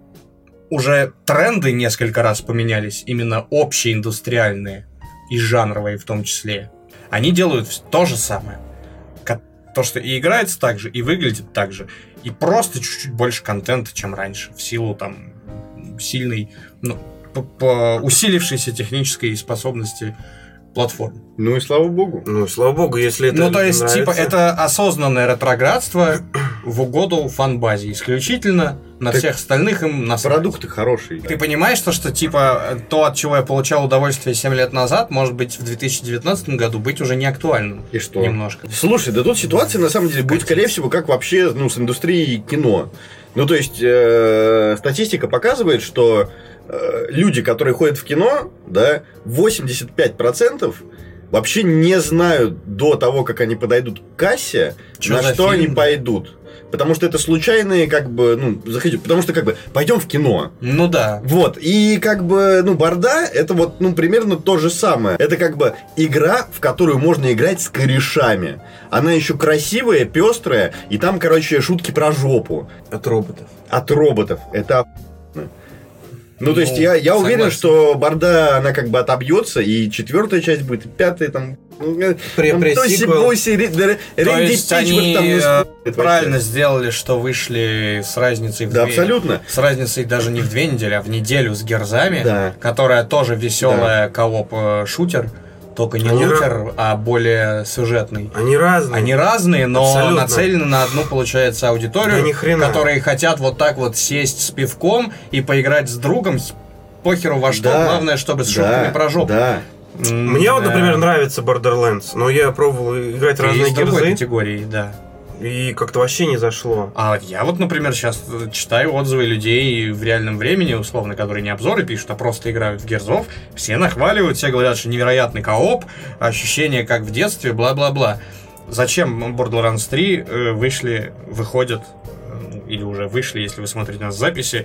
Speaker 2: уже тренды несколько раз поменялись, именно общеиндустриальные и жанровые в том числе. Они делают вс- то же самое. Ко- То, что и играется так же, и выглядит так же. И просто чуть-чуть больше контента, чем раньше, в силу там сильной, ну, по- по усилившейся технической способности платформ.
Speaker 3: Ну и слава богу.
Speaker 1: ну, слава богу, если это
Speaker 2: Ну, то есть,
Speaker 1: нравится.
Speaker 2: типа, это осознанное ретроградство в угоду фан-базе. Исключительно на
Speaker 3: Так
Speaker 2: всех остальных им насрать.
Speaker 3: Продукты хорошие.
Speaker 2: Ты понимаешь, то, что, типа, то, от чего я получал удовольствие семь лет назад, может быть, в две тысячи девятнадцатом году быть уже не актуальным.
Speaker 3: И что?
Speaker 2: Немножко.
Speaker 3: Слушай, да тут ситуация на самом деле будет, скорее всего, как вообще ну, с индустрией кино. Ну, то есть, э, статистика показывает, что э, люди, которые ходят в кино, да, восемьдесят пять процентов вообще не знают до того, как они подойдут к кассе,
Speaker 2: Чё
Speaker 3: на
Speaker 2: за
Speaker 3: что
Speaker 2: фильм,
Speaker 3: они
Speaker 2: да?
Speaker 3: пойдут. Потому что это случайные, как бы, ну, заходят. Потому что, как бы, пойдем в кино.
Speaker 2: Ну да.
Speaker 3: Вот, и как бы, ну, борда, это вот, ну, примерно то же самое. Это как бы игра, в которую можно играть с корешами. Она еще красивая, пестрая, и там, короче, шутки про жопу.
Speaker 1: От роботов.
Speaker 3: От роботов. Это охуенно. Ну, то есть,
Speaker 2: Ну,
Speaker 3: я, я уверен,
Speaker 2: согласен.
Speaker 3: что борда, она как бы отобьется, и четвертая часть будет, и пятая там...
Speaker 1: Пре-
Speaker 3: там
Speaker 1: пресиквел.
Speaker 3: тоси-боси, ре- ре-
Speaker 2: То
Speaker 3: Рэнди
Speaker 2: есть
Speaker 3: Питчфорд
Speaker 2: они
Speaker 3: там не
Speaker 2: э,
Speaker 3: смотрит
Speaker 2: правильно
Speaker 3: вообще.
Speaker 2: сделали, что вышли с разницей в
Speaker 3: Да,
Speaker 2: две...
Speaker 3: абсолютно.
Speaker 2: С разницей даже не в две недели, а в неделю с Герзами,
Speaker 3: Да.
Speaker 2: которая тоже веселая кооп-шутер, только не
Speaker 1: Они
Speaker 2: лутер, а более сюжетный.
Speaker 1: Они разные.
Speaker 2: Они разные, но
Speaker 1: Абсолютно.
Speaker 2: нацелены на одну, получается, аудиторию,
Speaker 1: Да ни хрена.
Speaker 2: которые хотят вот так вот сесть с пивком и поиграть с другом, с- похеру во что,
Speaker 3: Да.
Speaker 2: главное, чтобы с
Speaker 3: Да,
Speaker 2: шутками про жопу.
Speaker 3: Да.
Speaker 2: М,
Speaker 1: Мне вот,
Speaker 2: да.
Speaker 1: например, нравится Borderlands, но я пробовал играть в
Speaker 2: Ты
Speaker 1: разные
Speaker 2: из другой
Speaker 1: герзы,
Speaker 2: категории, да.
Speaker 1: и как-то вообще не зашло.
Speaker 2: А вот я вот, например, сейчас читаю отзывы людей в реальном времени, условно, которые не обзоры пишут, а просто играют в герзов. Все нахваливают, все говорят, что невероятный кооп, ощущение как в детстве, бла-бла-бла. Зачем Borderlands три э, вышли, выходят, э, или уже вышли, если вы смотрите нас в записи,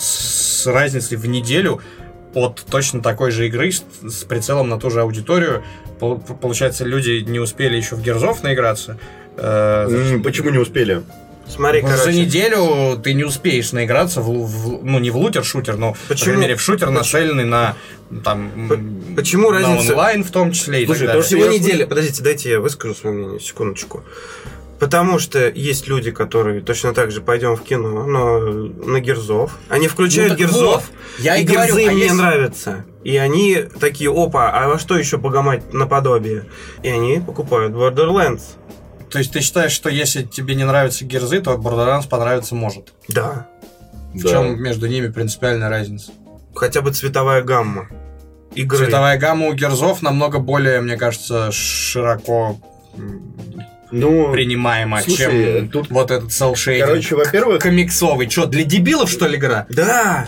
Speaker 2: с разницей в неделю от точно такой же игры с, с прицелом на ту же аудиторию? Пол- Получается, люди не успели еще в герзов наиграться. Э,
Speaker 3: М, Почему не успели?
Speaker 1: Смотри,
Speaker 2: ну, За
Speaker 1: короче.
Speaker 2: неделю ты не успеешь наиграться в, лу- в- ну не в лутер-шутер, но по
Speaker 1: Почему?
Speaker 2: крайней мере в шутер, нацеленный на там м,
Speaker 1: почему
Speaker 2: на
Speaker 1: разница?
Speaker 2: онлайн в том числе и
Speaker 3: Слушай,
Speaker 2: так
Speaker 3: то,
Speaker 2: далее.
Speaker 3: что
Speaker 1: Всего
Speaker 3: я
Speaker 1: неделя. Подождите, дайте я выскажу свое мнение, секундочку. Потому что есть люди, которые точно так же пойдем в кино, но на Герзов. Они включают
Speaker 2: Ну, так
Speaker 1: Герзов,
Speaker 2: вот, я и говорю,
Speaker 1: Герзы
Speaker 2: а
Speaker 1: им не
Speaker 2: если-
Speaker 1: нравятся. И они такие, опа, а во что еще погамать наподобие? И они покупают Borderlands.
Speaker 2: То есть ты считаешь, что если тебе не нравятся Герзы, то Borderlands понравиться может?
Speaker 1: Да.
Speaker 2: В
Speaker 3: Да.
Speaker 2: чем между ними принципиальная разница?
Speaker 1: Хотя бы цветовая гамма игры.
Speaker 2: Цветовая гамма у Герзов намного более, мне кажется, широко м,
Speaker 3: Ну,
Speaker 2: принимаема,
Speaker 3: слушай,
Speaker 2: чем
Speaker 3: тут-
Speaker 2: вот этот селшейдинг.
Speaker 3: короче, во-первых,
Speaker 2: Комиксовый. Что, для дебилов, что ли, игра?
Speaker 1: Да.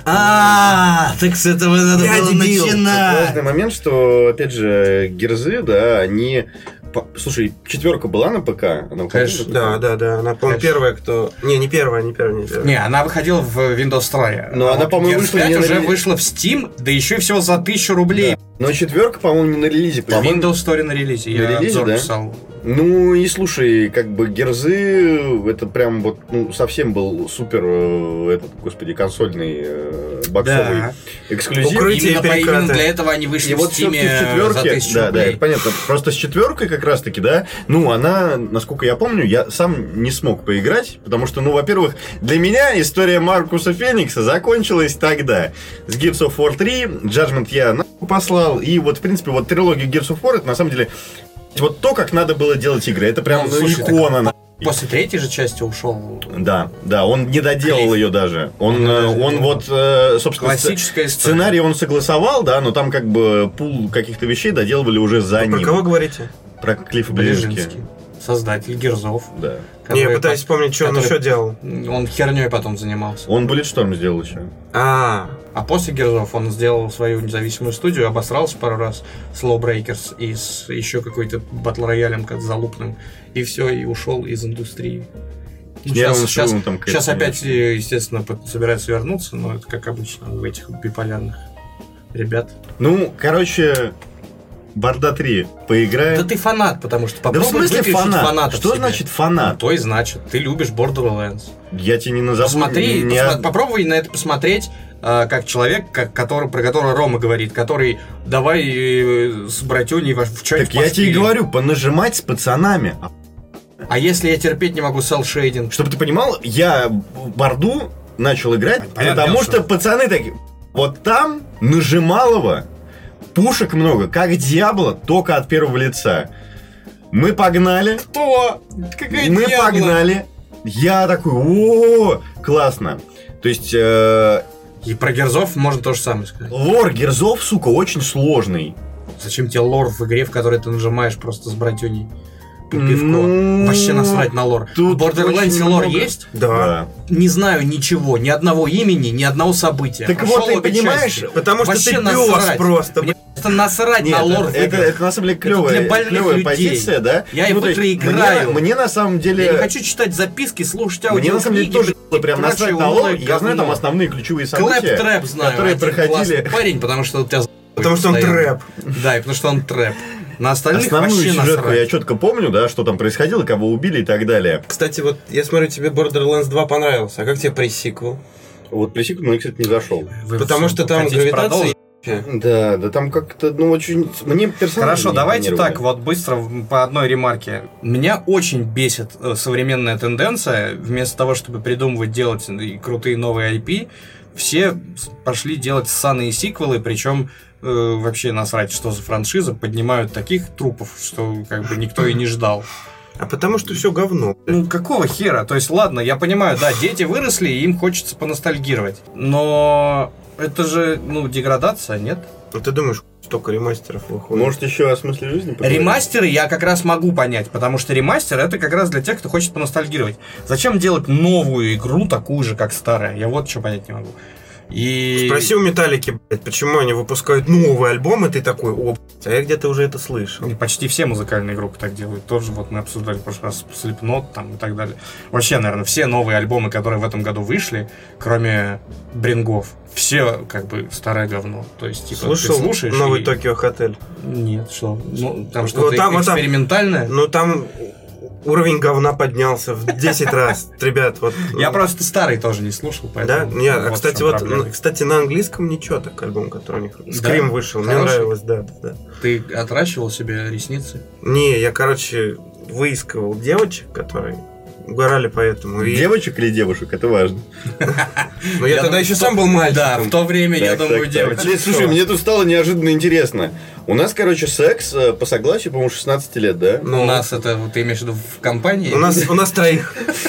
Speaker 2: А, так с этого надо
Speaker 1: Я
Speaker 2: было
Speaker 1: дебил.
Speaker 3: важный момент, что, опять же, Герзы, да, они... по- Слушай, четверка была на ПК? Она выходила
Speaker 2: Конечно.
Speaker 3: на ПК?
Speaker 1: Да, да, да. Она, по-моему,
Speaker 2: Конечно.
Speaker 1: первая, кто... Не, не первая, не первая, не первая.
Speaker 2: Не, она выходила в Windows Store.
Speaker 3: Но
Speaker 2: А
Speaker 3: она,
Speaker 2: вот
Speaker 3: по-моему,
Speaker 2: Gears
Speaker 3: вышла
Speaker 2: пять
Speaker 3: не на
Speaker 2: уже
Speaker 3: релиз.
Speaker 2: вышла в Steam, да еще и всего за тысячу рублей.
Speaker 3: Да. Но четверка, по-моему, не на релизе.
Speaker 2: В
Speaker 3: По-моему,
Speaker 2: Windows Store на релизе.
Speaker 3: На
Speaker 2: Я
Speaker 3: релизе,
Speaker 2: обзор
Speaker 3: да?
Speaker 2: писал.
Speaker 3: Ну и слушай, как бы Герзы, это прям вот, ну, совсем был супер, э, этот, господи, консольный, э, боксовый
Speaker 2: Да.
Speaker 3: эксклюзив.
Speaker 1: Укрытие.
Speaker 2: Именно, по-
Speaker 1: перекаты.
Speaker 2: именно для этого они вышли
Speaker 3: И
Speaker 2: в
Speaker 3: вот
Speaker 2: Steam
Speaker 3: все-таки в
Speaker 2: за
Speaker 3: четверке,
Speaker 2: тысячу
Speaker 3: да, да,
Speaker 2: рублей.
Speaker 3: это понятно. Просто с четверкой как раз-таки, да, ну, она, насколько я помню, я сам не смог поиграть, потому что, ну, во-первых, для меня история Маркуса Феникса закончилась тогда. С Gears of War три, Judgment я нахуй послал, и вот, в принципе, вот трилогия Gears of War, это на самом деле вот то, как надо было делать игры. Это прям
Speaker 2: Ну,
Speaker 3: ну,
Speaker 2: слушай, так
Speaker 3: икона. на-
Speaker 2: После третьей же части ушел.
Speaker 3: Да, да, он не доделал
Speaker 2: Клифф.
Speaker 3: ее даже. Он,
Speaker 2: Он не
Speaker 3: э,
Speaker 2: доделал.
Speaker 3: он вот, э, собственно, сц-
Speaker 2: Классическая история.
Speaker 3: сценарий он согласовал, да, но там как бы пул каких-то вещей доделывали уже за
Speaker 1: Про
Speaker 3: ним.
Speaker 1: кого говорите?
Speaker 3: Про Клиффа Ближински.
Speaker 2: Ближинский. Создатель Герзов.
Speaker 3: Да.
Speaker 1: Не, я
Speaker 2: который
Speaker 1: пытаюсь вспомнить, что он
Speaker 2: который-
Speaker 1: еще делал.
Speaker 2: Он херней потом занимался.
Speaker 3: Он Bulletstorm сделал еще.
Speaker 1: А,
Speaker 2: А после Герзов он сделал свою независимую студию, обосрался пару раз с Lawbreakers и с еще какой-то батл-роялем как залупным. И все, и ушел из индустрии. Ну,
Speaker 3: Я
Speaker 2: сейчас,
Speaker 3: вам
Speaker 2: сейчас,
Speaker 3: скажу, там какая-то
Speaker 2: сейчас
Speaker 3: фигня.
Speaker 2: опять, э, естественно, под- собирается вернуться, но это как обычно у этих биполярных ребят.
Speaker 3: Ну, короче, Борда три поиграем.
Speaker 2: Да ты фанат, потому что
Speaker 3: Да в
Speaker 2: попробуй
Speaker 3: смысле
Speaker 2: выключить
Speaker 3: фанат?
Speaker 2: фанатов
Speaker 3: Что
Speaker 2: себе.
Speaker 3: значит
Speaker 2: Ну,
Speaker 3: фанат?
Speaker 2: то и значит, ты любишь Borderlands.
Speaker 3: Я тебе не назову.
Speaker 2: Посмотри,
Speaker 3: ни
Speaker 2: посма-
Speaker 3: од-
Speaker 2: попробуй на это посмотреть, э, как человек, как, который, про которого Рома говорит, который давай э, с братюней в, в что-нибудь
Speaker 3: Так я тебе и
Speaker 2: пошпилим.
Speaker 3: говорю, понажимать с пацанами. А
Speaker 2: А если я терпеть не могу селшейдинг?
Speaker 3: Чтобы ты понимал, я в Борду начал играть,
Speaker 2: Понятно,
Speaker 3: потому
Speaker 2: что-
Speaker 3: что пацаны такие... Вот там нажималово, пушек много, как Диабло, только от первого лица. Мы погнали,
Speaker 2: Кто? Какая
Speaker 3: мы
Speaker 2: Диабло?
Speaker 3: погнали. Я такой, о, классно. То есть э,
Speaker 2: И про Герзов можно то же самое сказать.
Speaker 3: лор Герзов, сука, очень сложный.
Speaker 2: Зачем тебе лор в игре, в которой ты нажимаешь просто с братюней по пивку?
Speaker 3: Ну,
Speaker 2: Вообще насрать на лор.
Speaker 3: тут
Speaker 2: В Borderlands
Speaker 3: очень
Speaker 2: лор
Speaker 3: много.
Speaker 2: есть?
Speaker 1: да.
Speaker 2: Не знаю ничего, ни одного имени, ни одного события.
Speaker 3: Так
Speaker 2: Прошел
Speaker 3: вот, ты
Speaker 2: обе
Speaker 3: понимаешь,
Speaker 2: части.
Speaker 1: Потому что
Speaker 2: Вообще
Speaker 1: ты
Speaker 2: насрать.
Speaker 1: пес просто.
Speaker 2: Мне просто насрать
Speaker 3: Нет,
Speaker 2: на лор в
Speaker 3: это, это,
Speaker 2: играх.
Speaker 3: это на самом деле
Speaker 2: для
Speaker 3: клевая,
Speaker 2: больных
Speaker 3: клевая
Speaker 2: людей.
Speaker 3: позиция, да?
Speaker 2: Я и в
Speaker 3: то есть
Speaker 2: игры играю.
Speaker 3: Мне, мне на самом деле...
Speaker 2: Я не хочу читать записки, слушать аудио.
Speaker 3: Мне на самом деле тоже было прям насрать на лор. Я знаю там основные ключевые события,
Speaker 2: Клэп-трэп знаю.
Speaker 3: которые
Speaker 2: один
Speaker 3: проходили.
Speaker 2: классный парень, потому что у тебя
Speaker 1: Потому что он
Speaker 2: постоянно.
Speaker 1: трэп.
Speaker 2: Да, и потому что он трэп. На остальных
Speaker 3: Основную
Speaker 2: вообще
Speaker 3: сюжетку
Speaker 2: насрать.
Speaker 3: я четко помню, да, что там происходило, кого убили и так далее.
Speaker 1: Кстати, вот я смотрю, тебе Borderlands два понравился. А как тебе пресиквел?
Speaker 3: Вот пресиквел мне, кстати, не зашел.
Speaker 2: Вы
Speaker 1: Потому
Speaker 2: всё
Speaker 1: что там
Speaker 2: хотите
Speaker 1: гравитация.
Speaker 2: продолжить?
Speaker 3: Да, да там как-то, ну, очень... Мне персонажи
Speaker 2: Хорошо,
Speaker 3: не
Speaker 2: давайте
Speaker 3: импонировали.
Speaker 2: так, вот быстро в- по одной ремарке. Меня очень бесит э, современная тенденция. Вместо того, чтобы придумывать, делать и крутые новые ай пи, все с- пошли делать ссаные сиквелы, причем э, вообще насрать, что за франшиза, поднимают таких трупов, что как бы никто и не ждал.
Speaker 1: А потому что все говно.
Speaker 2: Ну, какого хера? То есть, ладно, я понимаю, да, дети выросли, и им хочется поностальгировать. Но это же, ну, деградация, нет?
Speaker 1: Ну ты думаешь, столько ремастеров выходит?
Speaker 3: Может, еще о смысле жизни поговорим?
Speaker 2: Ремастеры я как раз могу понять, потому что ремастер это как раз для тех, кто хочет поностальгировать. Зачем делать новую игру, такую же, как старая? Я вот что понять не могу. И...
Speaker 1: Спроси у Металлики, блядь, почему они выпускают новый альбом, и ты такой, о, блядь, а я где-то уже это слышал.
Speaker 2: И почти все музыкальные группы так делают. Тоже вот мы обсуждали в прошлый раз Slipknot там и так далее. Вообще, наверное, все новые альбомы, которые в этом году вышли, кроме Брингов, все как бы старое говно. То есть, типа,
Speaker 1: Слушал
Speaker 2: ты слушаешь
Speaker 1: новый
Speaker 2: и-
Speaker 1: Токио Хотель?
Speaker 2: Нет, что? Ну, там
Speaker 1: Вот
Speaker 2: что-то
Speaker 1: там- вот там-
Speaker 2: экспериментальное.
Speaker 1: Ну там уровень говна поднялся в десять раз. Ребят, вот...
Speaker 2: Я просто старый тоже не слушал, поэтому...
Speaker 1: Да? Нет,
Speaker 2: вот
Speaker 1: кстати, вот, проблема. Кстати, на английском ничего так альбом, который у них... Скрим да? вышел, Хороший? Мне нравилось, да, да, да.
Speaker 2: Ты отращивал себе ресницы?
Speaker 1: Не, я, короче, выискивал девочек, которые... угорали поэтому.
Speaker 3: Девочек или девушек, это важно.
Speaker 1: Но я тогда еще сам был мальчиком.
Speaker 2: Да, в то время, я думаю, девочек.
Speaker 3: Слушай, мне тут стало неожиданно интересно. У нас, короче, секс по согласию, по-моему, шестнадцать лет, да?
Speaker 2: Ну, у нас это, ты имеешь в виду в компании?
Speaker 1: У нас, у нас троих.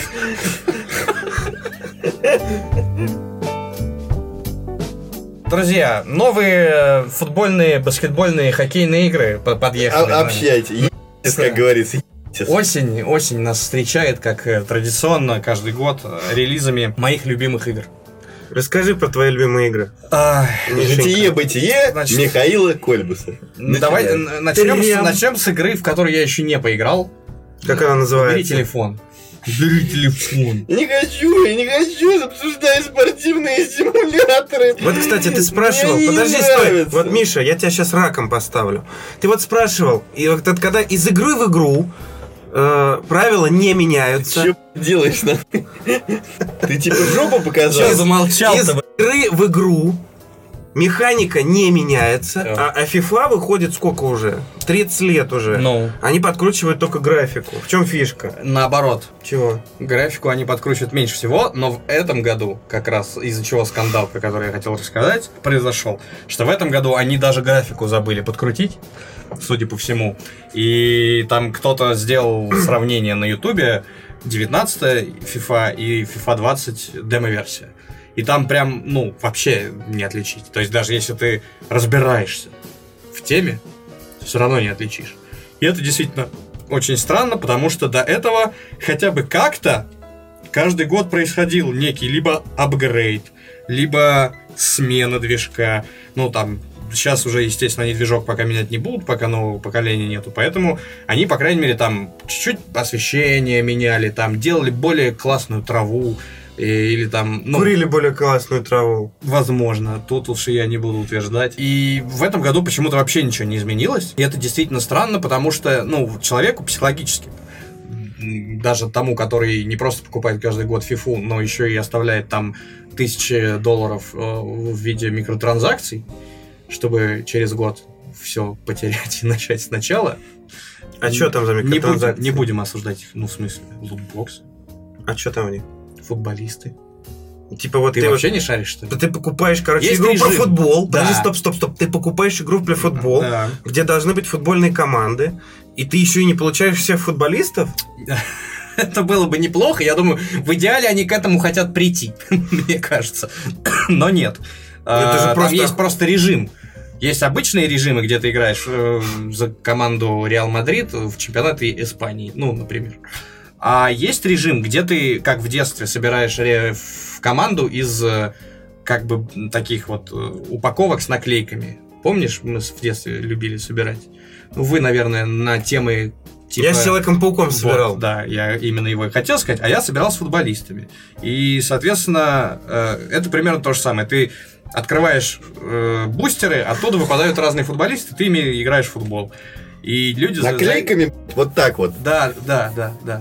Speaker 2: Друзья, новые футбольные, баскетбольные, хоккейные игры подъехали.
Speaker 3: Общайте, как говорится.
Speaker 2: Осень, осень нас встречает, как традиционно, каждый год, релизами моих любимых игр.
Speaker 1: Расскажи про твои любимые игры.
Speaker 3: Житие-бытие Значит, Михаила Кольбаса.
Speaker 2: Давай начнем, начнем с игры, в которую я еще не поиграл.
Speaker 1: Как она называется?
Speaker 2: Бери телефон. Бери телефон.
Speaker 3: Я не хочу, я не хочу обсуждать спортивные симуляторы.
Speaker 1: Вот, кстати, ты спрашивал, мне подожди, стой. Вот, Миша, я тебя сейчас раком поставлю. Ты вот спрашивал, и вот когда из игры в игру э, правила не меняются.
Speaker 3: Что делаешь на? Ты типа жопу показал?
Speaker 2: Что замолчал-то?
Speaker 1: Из игры в игру механика не меняется, а, а FIFA выходит сколько уже? тридцать лет уже.
Speaker 2: Ну.
Speaker 1: Они подкручивают только графику. В чем фишка?
Speaker 2: Наоборот.
Speaker 1: Чего?
Speaker 2: Графику они подкручивают меньше всего, но в этом году, как раз из-за чего скандал, про который я хотел рассказать, произошел, что в этом году они даже графику забыли подкрутить, судя по всему. И там кто-то сделал сравнение на Ютубе девятнадцатая FIFA и FIFA двадцать демо-версия. И там прям, ну, вообще не отличить. То есть даже если ты разбираешься в теме, все равно не отличишь. И это действительно очень странно, потому что до этого хотя бы как-то каждый год происходил некий либо апгрейд, либо смена движка. Ну, там, сейчас уже, естественно, они движок пока менять не будут, пока нового поколения нету. Поэтому они, по крайней мере, там чуть-чуть освещение меняли, там делали более классную траву. Или там... Ну,
Speaker 1: курили более классную траву.
Speaker 2: Возможно. Тут уж я не буду утверждать. И в этом году почему-то вообще ничего не изменилось. И это действительно странно, потому что, ну, человеку психологически, даже тому, который не просто покупает каждый год фифу, но еще и оставляет там тысячи долларов в виде микротранзакций, чтобы через год все потерять и начать сначала.
Speaker 1: А что там за микротранзакции?
Speaker 2: Не, будем, не будем осуждать их. Ну, в смысле, лутбокс.
Speaker 1: А что там в них?
Speaker 2: Футболисты.
Speaker 1: Типа вот
Speaker 2: ты,
Speaker 1: ты
Speaker 2: вообще
Speaker 1: вот,
Speaker 2: не шаришь, что ли?
Speaker 1: Ты покупаешь, короче,
Speaker 2: Есть
Speaker 1: игру
Speaker 2: режим.
Speaker 1: про футбол.
Speaker 2: Да.
Speaker 1: Подожди, стоп, стоп, стоп. Ты покупаешь игру про футбол,
Speaker 2: да. где
Speaker 1: должны быть футбольные команды, и ты еще и не получаешь всех футболистов?
Speaker 2: Это было бы неплохо. Я думаю, в идеале они к этому хотят прийти, мне кажется. Но нет.
Speaker 1: Это же
Speaker 2: Там
Speaker 1: просто...
Speaker 2: есть просто режим. Есть обычные режимы, где ты играешь э, за команду Реал Мадрид в чемпионате Испании, ну, например. А есть режим, где ты, как в детстве, собираешь в команду из как бы таких вот упаковок с наклейками. Помнишь, мы в детстве любили собирать? Ну, вы, наверное, на темы типа...
Speaker 1: Я с Человеком-пауком собирал.
Speaker 2: Вот, да, я именно его и хотел сказать, а я собирал с футболистами. И, соответственно, это примерно то же самое. Ты открываешь бустеры, оттуда выпадают разные футболисты, ты ими играешь в футбол. И люди...
Speaker 3: Наклейками за... вот так вот.
Speaker 2: Да, да, да, да.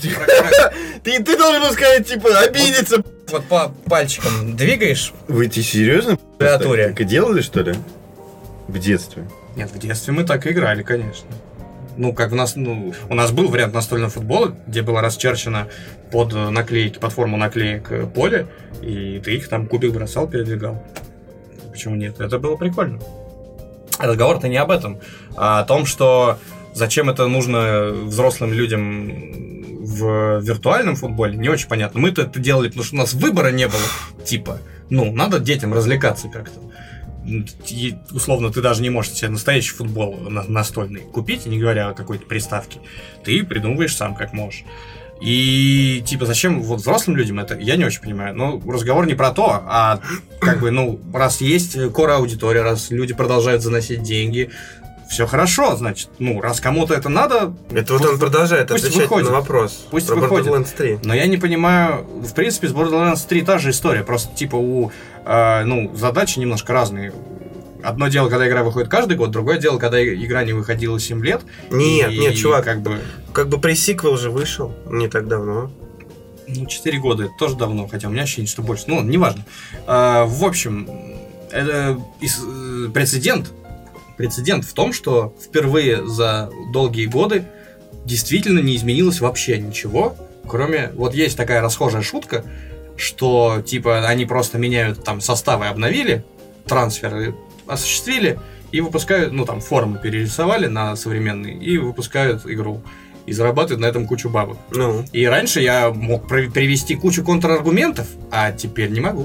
Speaker 3: Ты, ты должен был сказать, типа, обидеться.
Speaker 2: Вот, вот по пальчикам двигаешь.
Speaker 3: Вы эти серьезно?
Speaker 2: В клавиатуре.
Speaker 3: Так и делали, что ли? В детстве?
Speaker 2: Нет, в детстве мы так и играли, конечно. Ну, как у нас, ну, у нас был вариант настольного футбола, где было расчерчено под наклейки, под форму наклеек поле, и ты их там кубик бросал, передвигал. Почему нет? Это было прикольно. Разговор-то не об этом, а о том, что зачем это нужно взрослым людям в виртуальном футболе, не очень понятно. Мы-то это делали, потому что у нас выбора не было. Типа, ну, надо детям развлекаться как-то. И, условно, ты даже не можешь себе настоящий футбол настольный купить, не говоря о какой-то приставке. Ты придумываешь сам, как можешь. И, типа, зачем вот взрослым людям это, я не очень понимаю. Но разговор не про то, а как бы, ну, раз есть кор-аудитория, раз люди продолжают заносить деньги, все хорошо, значит, ну, раз кому-то это надо...
Speaker 1: Это вот он продолжает отвечать
Speaker 2: выходит.
Speaker 1: на вопрос
Speaker 2: пусть
Speaker 1: про
Speaker 2: выходит.
Speaker 1: Borderlands три.
Speaker 2: Но я не понимаю, в принципе, с Borderlands три та же история, просто, типа, у, э, ну, задачи немножко разные. одно дело, когда игра выходит каждый год, другое дело, когда игра не выходила семь лет.
Speaker 1: Нет,
Speaker 2: и,
Speaker 1: нет, чувак,
Speaker 2: как бы...
Speaker 1: Как бы пресиквел же вышел не так давно.
Speaker 2: Ну, четыре года, это тоже давно, хотя у меня ощущение, что больше. Ну, неважно. А, в общем, это прецедент. Прецедент в том, что впервые за долгие годы действительно не изменилось вообще ничего, кроме... Вот есть такая расхожая шутка, что, типа, они просто меняют там составы, обновили, трансферы осуществили и выпускают, ну, там, формы перерисовали на современные и выпускают игру. И зарабатывают на этом кучу бабок.
Speaker 1: Ну.
Speaker 2: И раньше я мог привести кучу контраргументов, а теперь не могу.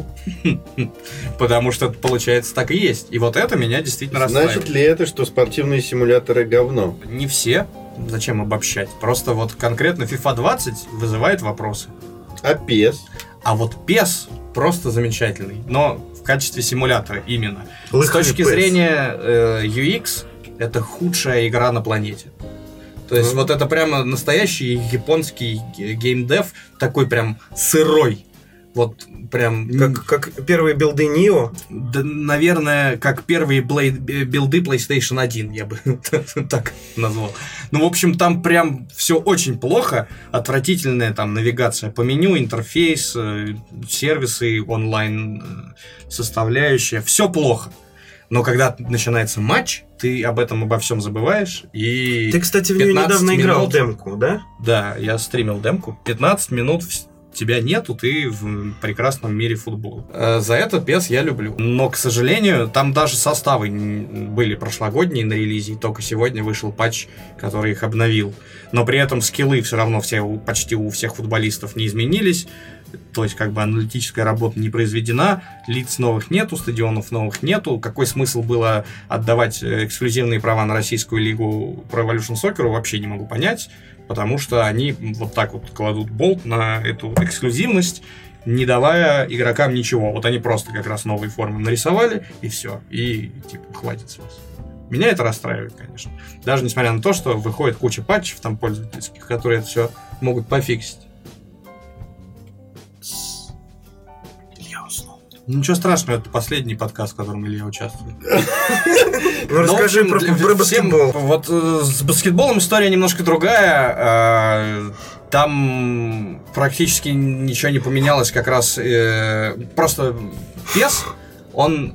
Speaker 2: Потому что, получается, так и есть. И вот это меня действительно расстраивает.
Speaker 3: Значит ли это, что спортивные симуляторы говно?
Speaker 2: Не все. Зачем обобщать? Просто вот конкретно FIFA двадцать вызывает вопросы.
Speaker 3: А пес?
Speaker 2: А вот пес просто замечательный. Но в качестве симулятора именно.
Speaker 1: Лыхами
Speaker 2: С точки
Speaker 1: пес.
Speaker 2: зрения э, ю экс, это худшая игра на планете. То есть, mm-hmm. вот это прямо настоящий японский геймдев, такой прям сырой. Вот прям...
Speaker 1: Как, как первые билды Нио?
Speaker 2: Да, наверное, как первые блей... билды PlayStation один, я бы так назвал. Ну, в общем, там прям все очень плохо. Отвратительная там навигация по меню, интерфейс, сервисы, онлайн составляющая. Все плохо. Но когда начинается матч, ты об этом обо всем забываешь. И
Speaker 1: ты, кстати, в нее недавно
Speaker 2: минут...
Speaker 1: играл демку, да?
Speaker 2: Да, я стримил демку. пятнадцать минут тебя нету, ты в прекрасном мире футбола. За это пес я люблю. Но, к сожалению, там даже составы были прошлогодние на релизе, и только сегодня вышел патч, который их обновил. Но при этом скиллы все равно все, почти у всех футболистов не изменились. То есть, как бы, аналитическая работа не произведена, лиц новых нету, стадионов новых нету. Какой смысл было отдавать эксклюзивные права на российскую лигу Pro Evolution Soccer, вообще не могу понять, потому что они вот так вот кладут болт на эту эксклюзивность, не давая игрокам ничего. Вот они просто как раз новые формы нарисовали, и все. И, типа, хватит с вас. Меня это расстраивает, конечно. Даже несмотря на то, что выходит куча патчев там пользовательских, которые это все могут пофиксить. Ничего страшного, это последний подкаст, в котором Илья участвует.
Speaker 1: Ну, расскажи про баскетбол.
Speaker 2: Вот с баскетболом история немножко другая. Там практически ничего не поменялось, как раз просто пес, он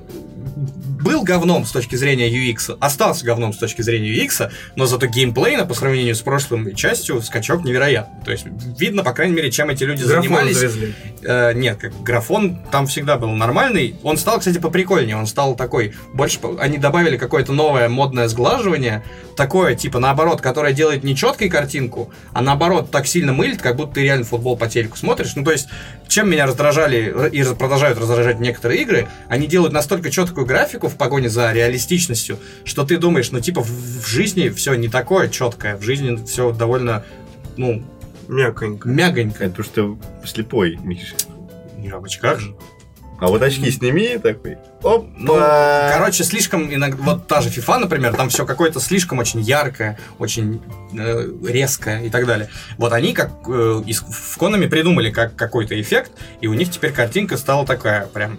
Speaker 2: был говном с точки зрения ю экс, остался говном с точки зрения ю экс, но зато геймплейно по сравнению с прошлой частью скачок невероятный. То есть видно, по крайней мере, чем эти люди
Speaker 1: графон
Speaker 2: занимались.
Speaker 1: Завезли.
Speaker 2: Э, нет, как графон там всегда был нормальный. Он стал, кстати, поприкольнее. Он стал такой, больше они добавили какое-то новое модное сглаживание, такое, типа, наоборот, которое делает не четкой картинку, а наоборот так сильно мылит, как будто ты реально футбол по телеку смотришь. Ну, то есть, чем меня раздражали и продолжают раздражать некоторые игры, они делают настолько четкую графику в погоне за реалистичностью, что ты думаешь, ну, типа, в, в жизни все не такое четкое, в жизни все довольно, ну,
Speaker 1: мягонько.
Speaker 2: Мягонько.
Speaker 3: Это потому что слепой, Миша.
Speaker 2: Не в очках же.
Speaker 3: А вот очки сними такой. Опа!
Speaker 2: Ну, короче, слишком иногда. Вот та же FIFA, например, там все какое-то слишком очень яркое, очень э, резкое и так далее. Вот они как э, в Konami придумали как какой-то эффект, и у них теперь картинка стала такая, прям.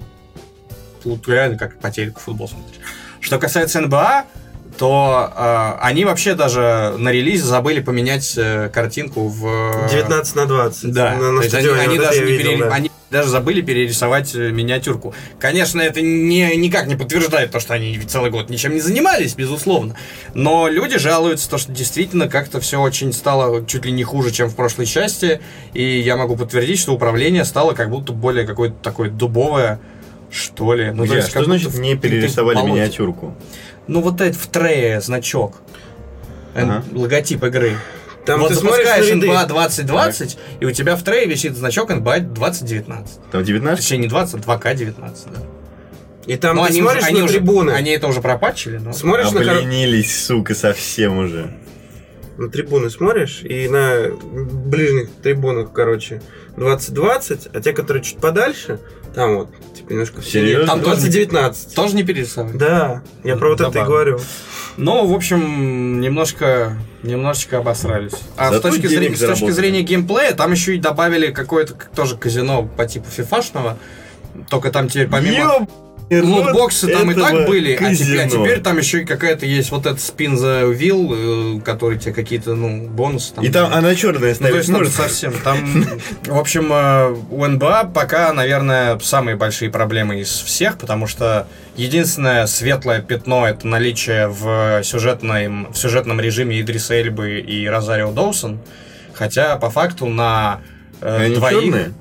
Speaker 2: Тут реально как по телеку футбол смотришь. Что касается эн бэ а, то э, они вообще даже на релизе забыли поменять э, картинку в...
Speaker 1: девятнадцать на двадцать.
Speaker 2: Да,
Speaker 1: на, на
Speaker 2: то есть они, они,
Speaker 1: вот
Speaker 2: даже не
Speaker 1: видел,
Speaker 2: пере...
Speaker 1: да.
Speaker 2: они даже забыли перерисовать миниатюрку. Конечно, это не, никак не подтверждает то, что они целый год ничем не занимались, безусловно. Но люди жалуются, то, что действительно как-то все очень стало чуть ли не хуже, чем в прошлой части. И я могу подтвердить, что управление стало как будто более какое-то такое дубовое, что ли. Ну,
Speaker 3: Где?
Speaker 2: то есть,
Speaker 3: что значит не перерисовали
Speaker 2: болоте.
Speaker 3: миниатюрку?
Speaker 2: Ну, вот это в трее значок.
Speaker 3: Ага.
Speaker 2: Логотип игры.
Speaker 1: Там
Speaker 2: вот
Speaker 1: ты
Speaker 2: запускаешь
Speaker 1: эн
Speaker 2: эн бэ а
Speaker 1: бэ а
Speaker 2: двадцать двадцать, и у тебя в трее висит значок эн бэ а двадцать девятнадцать.
Speaker 3: Там девятнадцать?
Speaker 2: Точнее, не двадцать, а два ка девятнадцать, да.
Speaker 1: И там
Speaker 2: ну,
Speaker 1: ты
Speaker 2: они
Speaker 1: смотришь
Speaker 2: уже, они
Speaker 1: на
Speaker 2: уже,
Speaker 1: трибуны.
Speaker 2: Они это уже пропатчили, но...
Speaker 1: Смотришь на, кор...
Speaker 3: Обленились, сука, совсем уже.
Speaker 1: на трибуны смотришь, и на ближних трибунах, короче, двадцать двадцать, а те, которые чуть подальше, там вот, типа, немножко в
Speaker 3: Серьезно?
Speaker 2: Там
Speaker 1: двадцать девятнадцать.
Speaker 2: Тоже не перерисовали?
Speaker 1: Да, я про вот это и говорю.
Speaker 2: Ну, в общем, немножко, немножечко обосрались. А с точки, зрения, с точки зрения геймплея, там еще и добавили какое-то тоже казино по типу фифашного. Только там теперь помимо...
Speaker 3: Ёб
Speaker 2: Лутбоксы там и так
Speaker 3: этого
Speaker 2: были, а теперь, а
Speaker 3: казино.
Speaker 2: теперь там еще и какая-то есть вот этот Spin the Wheel, э, который тебе какие-то, ну, бонусы там.
Speaker 3: И там она черная
Speaker 2: Ну, то
Speaker 3: ставит
Speaker 2: есть там
Speaker 3: можно?
Speaker 2: совсем. Там, в общем, э, у эн бэ а пока, наверное, самые большие проблемы из всех, потому что единственное светлое пятно — это наличие в сюжетном, в сюжетном режиме Идриса Эльбы и Розарио Доусон. Хотя, по факту, на э,
Speaker 3: Они
Speaker 2: двоих...
Speaker 3: черные?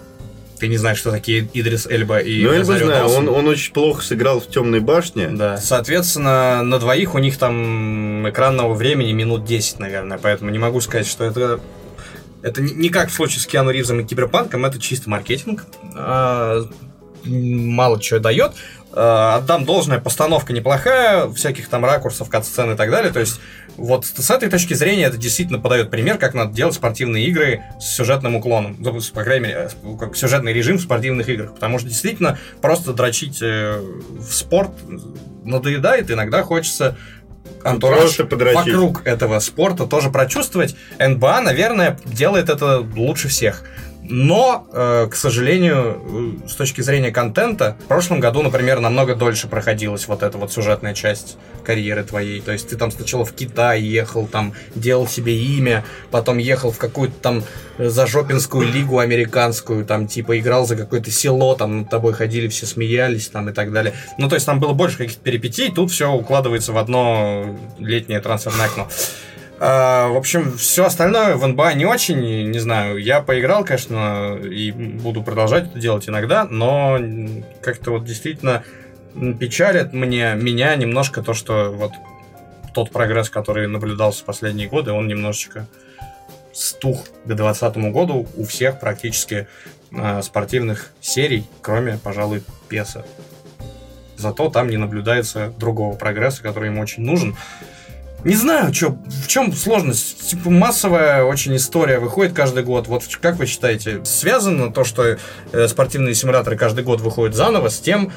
Speaker 2: Ты не знаешь, что такие Идрис Эльба и
Speaker 3: Ну, я не
Speaker 2: Розарио
Speaker 3: знаю,
Speaker 2: Доусон?
Speaker 3: он, он очень плохо сыграл в «Темной башне».
Speaker 2: Да. Соответственно, на двоих у них там экранного времени минут десять, наверное. Поэтому не могу сказать, что это... Это не не как в случае с Киану Ривзом и Киберпанком, это чисто маркетинг. А, мало чего дает. А, отдам должное, постановка неплохая, всяких там ракурсов, кат-сцен и так далее. То есть, вот с этой точки зрения это действительно подает пример, как надо делать спортивные игры с сюжетным уклоном. Ну, по крайней мере, как сюжетный режим в спортивных играх. Потому что действительно просто дрочить э, в спорт надоедает, иногда хочется антураж
Speaker 3: Просто подрочить.
Speaker 2: вокруг этого спорта тоже прочувствовать. эн бэ а, наверное, делает это лучше всех. Но, э, к сожалению, э, с точки зрения контента, в прошлом году, например, намного дольше проходилась вот эта вот сюжетная часть карьеры твоей. То есть ты там сначала в Китай ехал, там делал себе имя, потом ехал в какую-то там зажопинскую лигу американскую, там типа играл за какое-то село, там над тобой ходили, все смеялись там и так далее. Ну, то есть там было больше каких-то перипетий, тут все укладывается в одно летнее трансферное окно. Uh, в общем, все остальное в эн бэ а не очень, не знаю, я поиграл, конечно, и буду продолжать это делать иногда, но как-то вот действительно печалит мне, меня немножко то, что вот тот прогресс, который наблюдался в последние годы, он немножечко стух к двадцатому году у всех практически uh, спортивных серий, кроме, пожалуй, песа. Зато там не наблюдается другого прогресса, который им очень нужен. Не знаю, чё, в чем сложность. Типа массовая очень история выходит каждый год. Вот как вы считаете, связано то, что э, спортивные симуляторы каждый год выходят заново, с тем,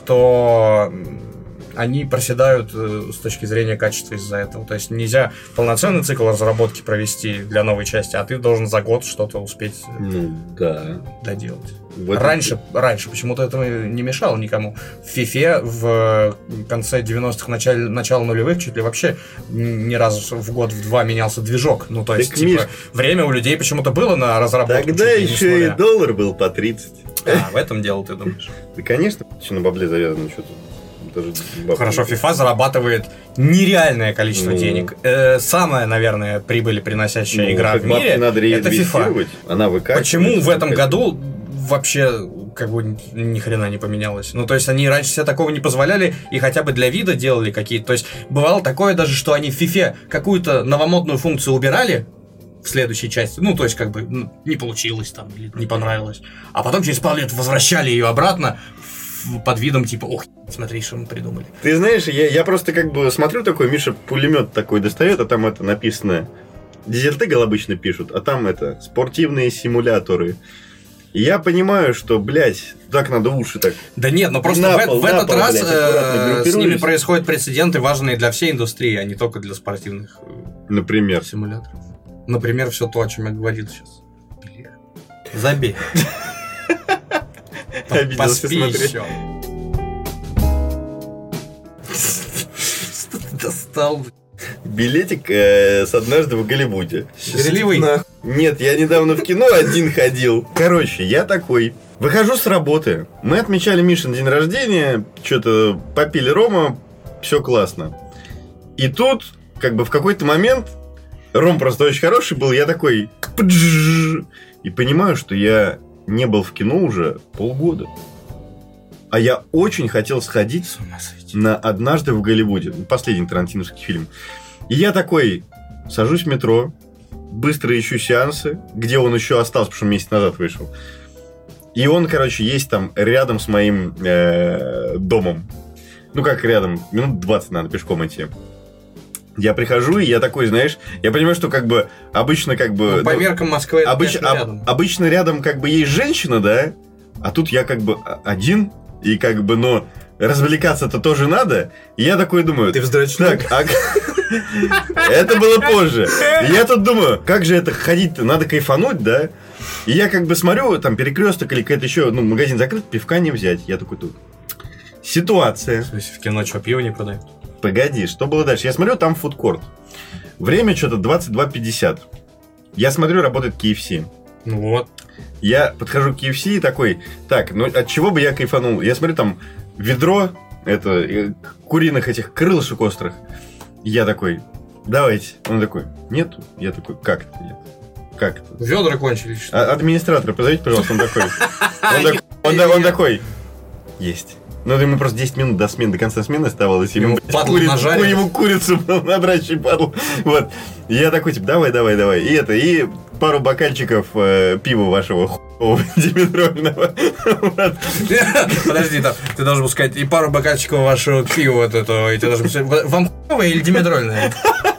Speaker 2: что они проседают э, с точки зрения качества из-за этого? То есть нельзя полноценный цикл разработки провести для новой части, а ты должен за год что-то успеть э,
Speaker 3: Ну, да.
Speaker 2: доделать.
Speaker 3: В этом-
Speaker 2: Раньше, раньше почему-то это не мешало никому. В FIFA в конце девяностых, начале, начало нулевых чуть ли вообще ни разу в год, в два менялся движок. Ну, то есть,
Speaker 3: Так,
Speaker 2: типа,
Speaker 3: Миш,
Speaker 2: время у людей почему-то было на разработку.
Speaker 3: Тогда
Speaker 2: чуть ли не с
Speaker 3: еще и
Speaker 2: нуля.
Speaker 3: доллар был по тридцать.
Speaker 2: А, в этом дело, ты думаешь?
Speaker 3: Да, конечно, все на бабле завязано, что-то. Даже бабки.
Speaker 2: Хорошо, FIFA зарабатывает нереальное количество
Speaker 3: Ну.
Speaker 2: денег. Э, самая, наверное, прибыль приносящая
Speaker 3: Ну,
Speaker 2: игра
Speaker 3: так
Speaker 2: в
Speaker 3: бабки
Speaker 2: мире
Speaker 3: надо
Speaker 2: это FIFA.
Speaker 3: реинвестировать. Она выкачивает.
Speaker 2: Почему в этом
Speaker 3: выкачивает.
Speaker 2: году вообще как бы ни хрена не поменялось? Ну, то есть они раньше себе такого не позволяли и хотя бы для вида делали какие-то. То есть бывало такое даже, что они в FIFA какую-то новомодную функцию убирали в следующей части. Ну, то есть как бы ну, не получилось там или не понравилось. А потом через пару лет возвращали ее обратно в- под видом типа, ох, смотри, что мы придумали.
Speaker 3: Ты знаешь, я, я просто как бы смотрю такой, Миша пулемет такой достает, а там это написано. Дизертегал обычно пишут, а там это спортивные симуляторы. И я понимаю, что, блядь, так надо уши так.
Speaker 2: Да нет, но просто
Speaker 3: На
Speaker 2: в,
Speaker 3: пол,
Speaker 2: в
Speaker 3: на
Speaker 2: этот
Speaker 3: пол,
Speaker 2: раз
Speaker 3: блядь, аккуратно
Speaker 2: э, с ними
Speaker 3: группируюсь.
Speaker 2: происходят прецеденты, важные для всей индустрии, а не только для спортивных э,
Speaker 3: Например.
Speaker 2: симуляторов. Например, все то, о чем я говорил сейчас. Забей.
Speaker 3: Обиделся
Speaker 2: Поспи
Speaker 3: смотреть.
Speaker 2: еще. Что ты достал?
Speaker 3: Билетик э, с однажды в Голливуде.
Speaker 2: Счастливый?
Speaker 1: Нахуй.
Speaker 3: Нет, я недавно в кино один ходил. Короче, я такой. Выхожу с работы. Мы отмечали Мишин день рождения. Что-то попили рома. Все классно. И тут, как бы в какой-то момент, ром просто очень хороший был. Я такой. «Пджжж». И понимаю, что я не был в кино уже полгода. А я очень хотел сходить
Speaker 2: С ума сойти.
Speaker 3: на «Однажды в Голливуде». Последний тарантиновский фильм. И я такой сажусь в метро, быстро ищу сеансы, где он еще остался, потому что месяц назад вышел. И он, короче, есть там рядом с моим э, домом. Ну, как рядом, минут двадцать надо пешком идти. Я прихожу, и я такой, знаешь, я понимаю, что как бы обычно как бы...
Speaker 2: Ну, по
Speaker 3: ну,
Speaker 2: меркам Москвы это,
Speaker 3: обыч-
Speaker 2: конечно,
Speaker 3: об-
Speaker 2: рядом.
Speaker 3: обычно рядом как бы есть женщина, да, а тут я как бы один, и как бы, но развлекаться-то тоже надо. И я такой думаю,
Speaker 1: Ты вздрачнул?
Speaker 3: так, а... это было позже. И я тут думаю, как же это ходить-то, надо кайфануть, да? И я как бы смотрю, там перекресток или какой-то еще, ну, магазин закрыт, пивка не взять. Я такой тут, Ситуация.
Speaker 2: В смысле, в кино что, пиво не продают?
Speaker 3: Погоди, что было дальше? Я смотрю, там фудкорт. Время что-то двадцать два пятьдесят. Я смотрю, работает кей эф си.
Speaker 2: Ну вот.
Speaker 3: Я подхожу к кей эф си и такой, так, ну от чего бы я кайфанул? Я смотрю, там ведро, это, э, куриных этих крылышек острых. Я такой, давайте. Он такой, нету. Я такой, как это нет? Как это?
Speaker 2: Ведра кончились, что ли?
Speaker 3: А, администратора позовите, пожалуйста, он такой. Он такой, он, да- он такой, есть. Ну, ему просто десять минут до смены, до конца смены оставалось. Ему,
Speaker 2: Ему падлу
Speaker 3: кури-
Speaker 2: нажарили.
Speaker 3: ку- ему курицу надрать чуть падал. Вот. И я такой, типа, давай, давай, давай. И это, и пару бокальчиков э, пива вашего хуевого димедрольного. Вот.
Speaker 2: Подожди, там, ты должен был сказать, и пару бокальчиков вашего пива вот этого, и ты должен сказать, вам хуевое или димедрольное?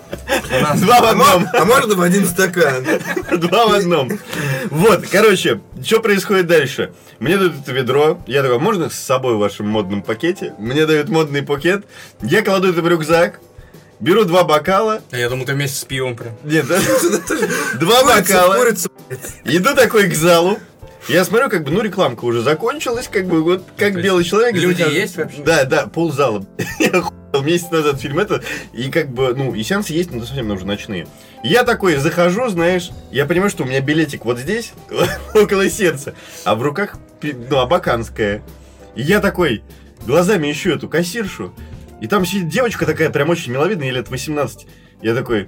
Speaker 2: У нас-
Speaker 3: Два в одном.
Speaker 1: А можно в один стакан?
Speaker 3: Два в одном. Вот, короче, что происходит дальше? Мне дают это ведро, я такой, можно с собой в вашем модном пакете? Мне дают модный пакет, я кладу это в рюкзак, беру два бокала.
Speaker 2: Я думаю, ты вместе с пивом прям.
Speaker 3: Нет, да? Два бокала.
Speaker 1: Курица,
Speaker 3: Иду такой к залу. Я смотрю, как бы, ну, рекламка уже закончилась, как бы, вот, как белый человек.
Speaker 2: Люди
Speaker 3: захожу.
Speaker 2: есть вообще?
Speaker 3: Да, да, ползала. Я охуел месяц назад фильм это, и как бы, ну, и сеансы есть, но совсем уже ночные. И я такой захожу, знаешь, я понимаю, что у меня билетик вот здесь, около сердца, а в руках, пи- ну, абаканская. И я такой глазами ищу эту кассиршу, и там сидит девочка такая, прям очень миловидная, ей лет восемнадцать. Я такой...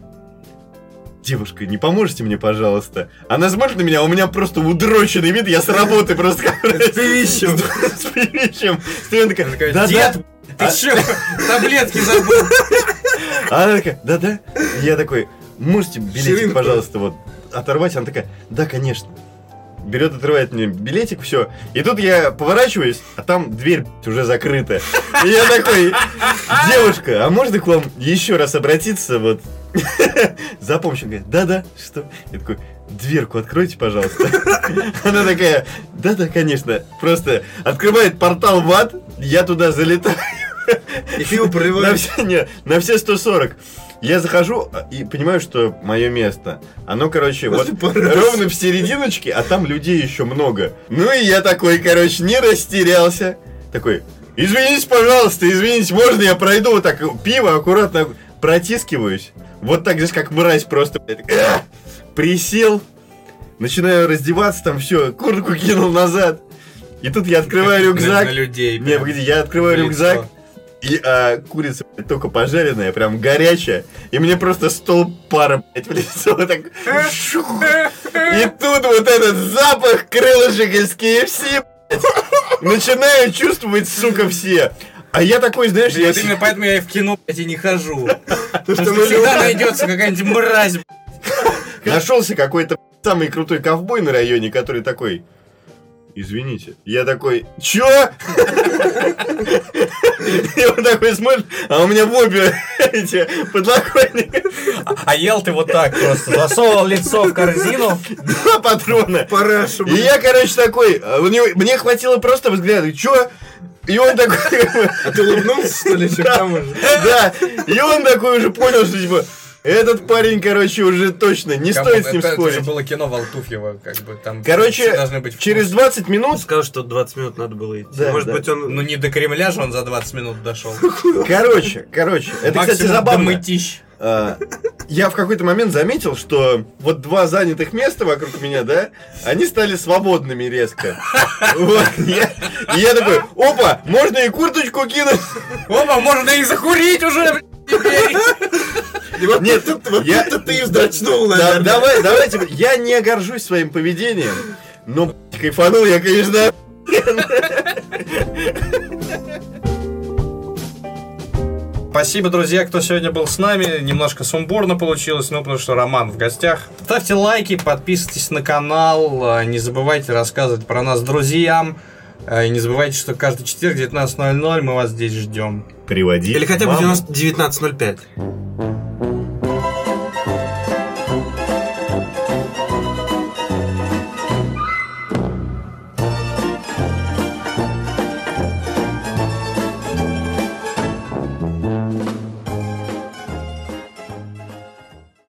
Speaker 3: Девушка, не поможете мне, пожалуйста? Она смотрит на меня, а у меня просто удроченный вид, я с работы просто как
Speaker 1: С певищем.
Speaker 3: С певищем. Стою, она такая, да-да.
Speaker 2: Дед, ты
Speaker 3: А-
Speaker 2: чё, таблетки забыл?
Speaker 3: А она такая, да-да. И я такой, можете билетик,
Speaker 1: Ширинку.
Speaker 3: пожалуйста, вот оторвать? Она такая, да, конечно. Берет, отрывает мне билетик, все. И тут я поворачиваюсь, а там дверь блядь, уже закрыта. И я такой, девушка, а можно к вам еще раз обратиться, вот, за помощью? Говорит, да-да, что? Я такой, дверку откройте, пожалуйста. Она такая, да-да, конечно. Просто открывает портал в ад, я туда залетаю.
Speaker 1: И пиво
Speaker 3: На
Speaker 1: проливают.
Speaker 3: все, не, на все сто сорок. Я захожу и понимаю, что мое место. Оно, короче, вот ровно в серединочке, а там людей еще много. Ну и я такой, короче, не растерялся. Такой, извините, пожалуйста, извините, можно я пройду вот так, пиво аккуратно протискиваюсь. Вот так, здесь как мразь просто, блядь, а, присел, начинаю раздеваться, там все, куртку кинул назад. И тут я открываю рюкзак.
Speaker 2: На людей.
Speaker 3: Не,
Speaker 2: прям.
Speaker 3: погоди, я открываю
Speaker 2: Лицо.
Speaker 3: рюкзак. И а, курица, блядь, только пожаренная, прям горячая. И мне просто столб пара, блядь, в лицо. Вот так. Шух. И тут вот этот запах крылышек из кей эф си, блядь, начинаю чувствовать, сука, все. А я такой, знаешь,
Speaker 2: Блин,
Speaker 3: я...
Speaker 2: вот именно поэтому я и в кино, блядь, и не хожу. Потому
Speaker 1: что
Speaker 2: что
Speaker 1: мы
Speaker 2: всегда
Speaker 1: люди.
Speaker 2: найдется какая-нибудь мразь.
Speaker 3: Нашелся какой-то самый крутой ковбой на районе, который такой... Извините. Я такой, чё? И он такой смотрит, а у меня в обе эти подлокотники.
Speaker 2: А ел ты вот так просто, засовывал лицо в корзину.
Speaker 3: Два патрона.
Speaker 1: Парашу.
Speaker 3: И я, короче, такой, а у него- мне хватило просто взгляда, чё? И он такой,
Speaker 1: А ты улыбнулся, что ли, еще к тому же?
Speaker 3: да, и он такой уже понял, что, типа, этот парень, короче, уже точно, не
Speaker 2: Камон,
Speaker 3: стоит с ним
Speaker 2: это, это
Speaker 3: спорить.
Speaker 2: же было кино Валтуфьева, как бы там.
Speaker 3: Короче,
Speaker 2: все должны быть
Speaker 3: через
Speaker 2: вкусы.
Speaker 3: двадцать
Speaker 1: Он
Speaker 3: минут,
Speaker 1: сказал, что двадцать минут надо было идти.
Speaker 3: Да,
Speaker 1: Может
Speaker 3: да.
Speaker 1: быть, он...
Speaker 2: Ну не до Кремля же он за двадцать минут дошел.
Speaker 3: короче, короче, это, кстати,
Speaker 2: Максимум
Speaker 3: забавно.
Speaker 2: до Мытищ.
Speaker 3: А, я в какой-то момент заметил, что вот два занятых места вокруг меня, да, они стали свободными резко. Вот, я, и я такой, опа, можно и курточку кинуть.
Speaker 2: Опа, можно и закурить уже, блядь, теперь.
Speaker 1: И вот
Speaker 3: Нет,
Speaker 1: тут- вот
Speaker 3: я-
Speaker 1: тут ты и вздохнул,
Speaker 3: Да,
Speaker 1: наверное.
Speaker 3: давай, давайте, я не горжусь своим поведением, но, блядь, кайфанул я, конечно.
Speaker 2: Спасибо, друзья, кто сегодня был с нами. Немножко сумбурно получилось, ну, потому что Роман в гостях. Ставьте лайки, подписывайтесь на канал. Не забывайте рассказывать про нас друзьям. И не забывайте, что каждый четверг в девятнадцать ноль ноль мы вас здесь ждем.
Speaker 3: Приводи.
Speaker 1: Или хотя бы
Speaker 3: маму.
Speaker 1: девятнадцать ноль пять.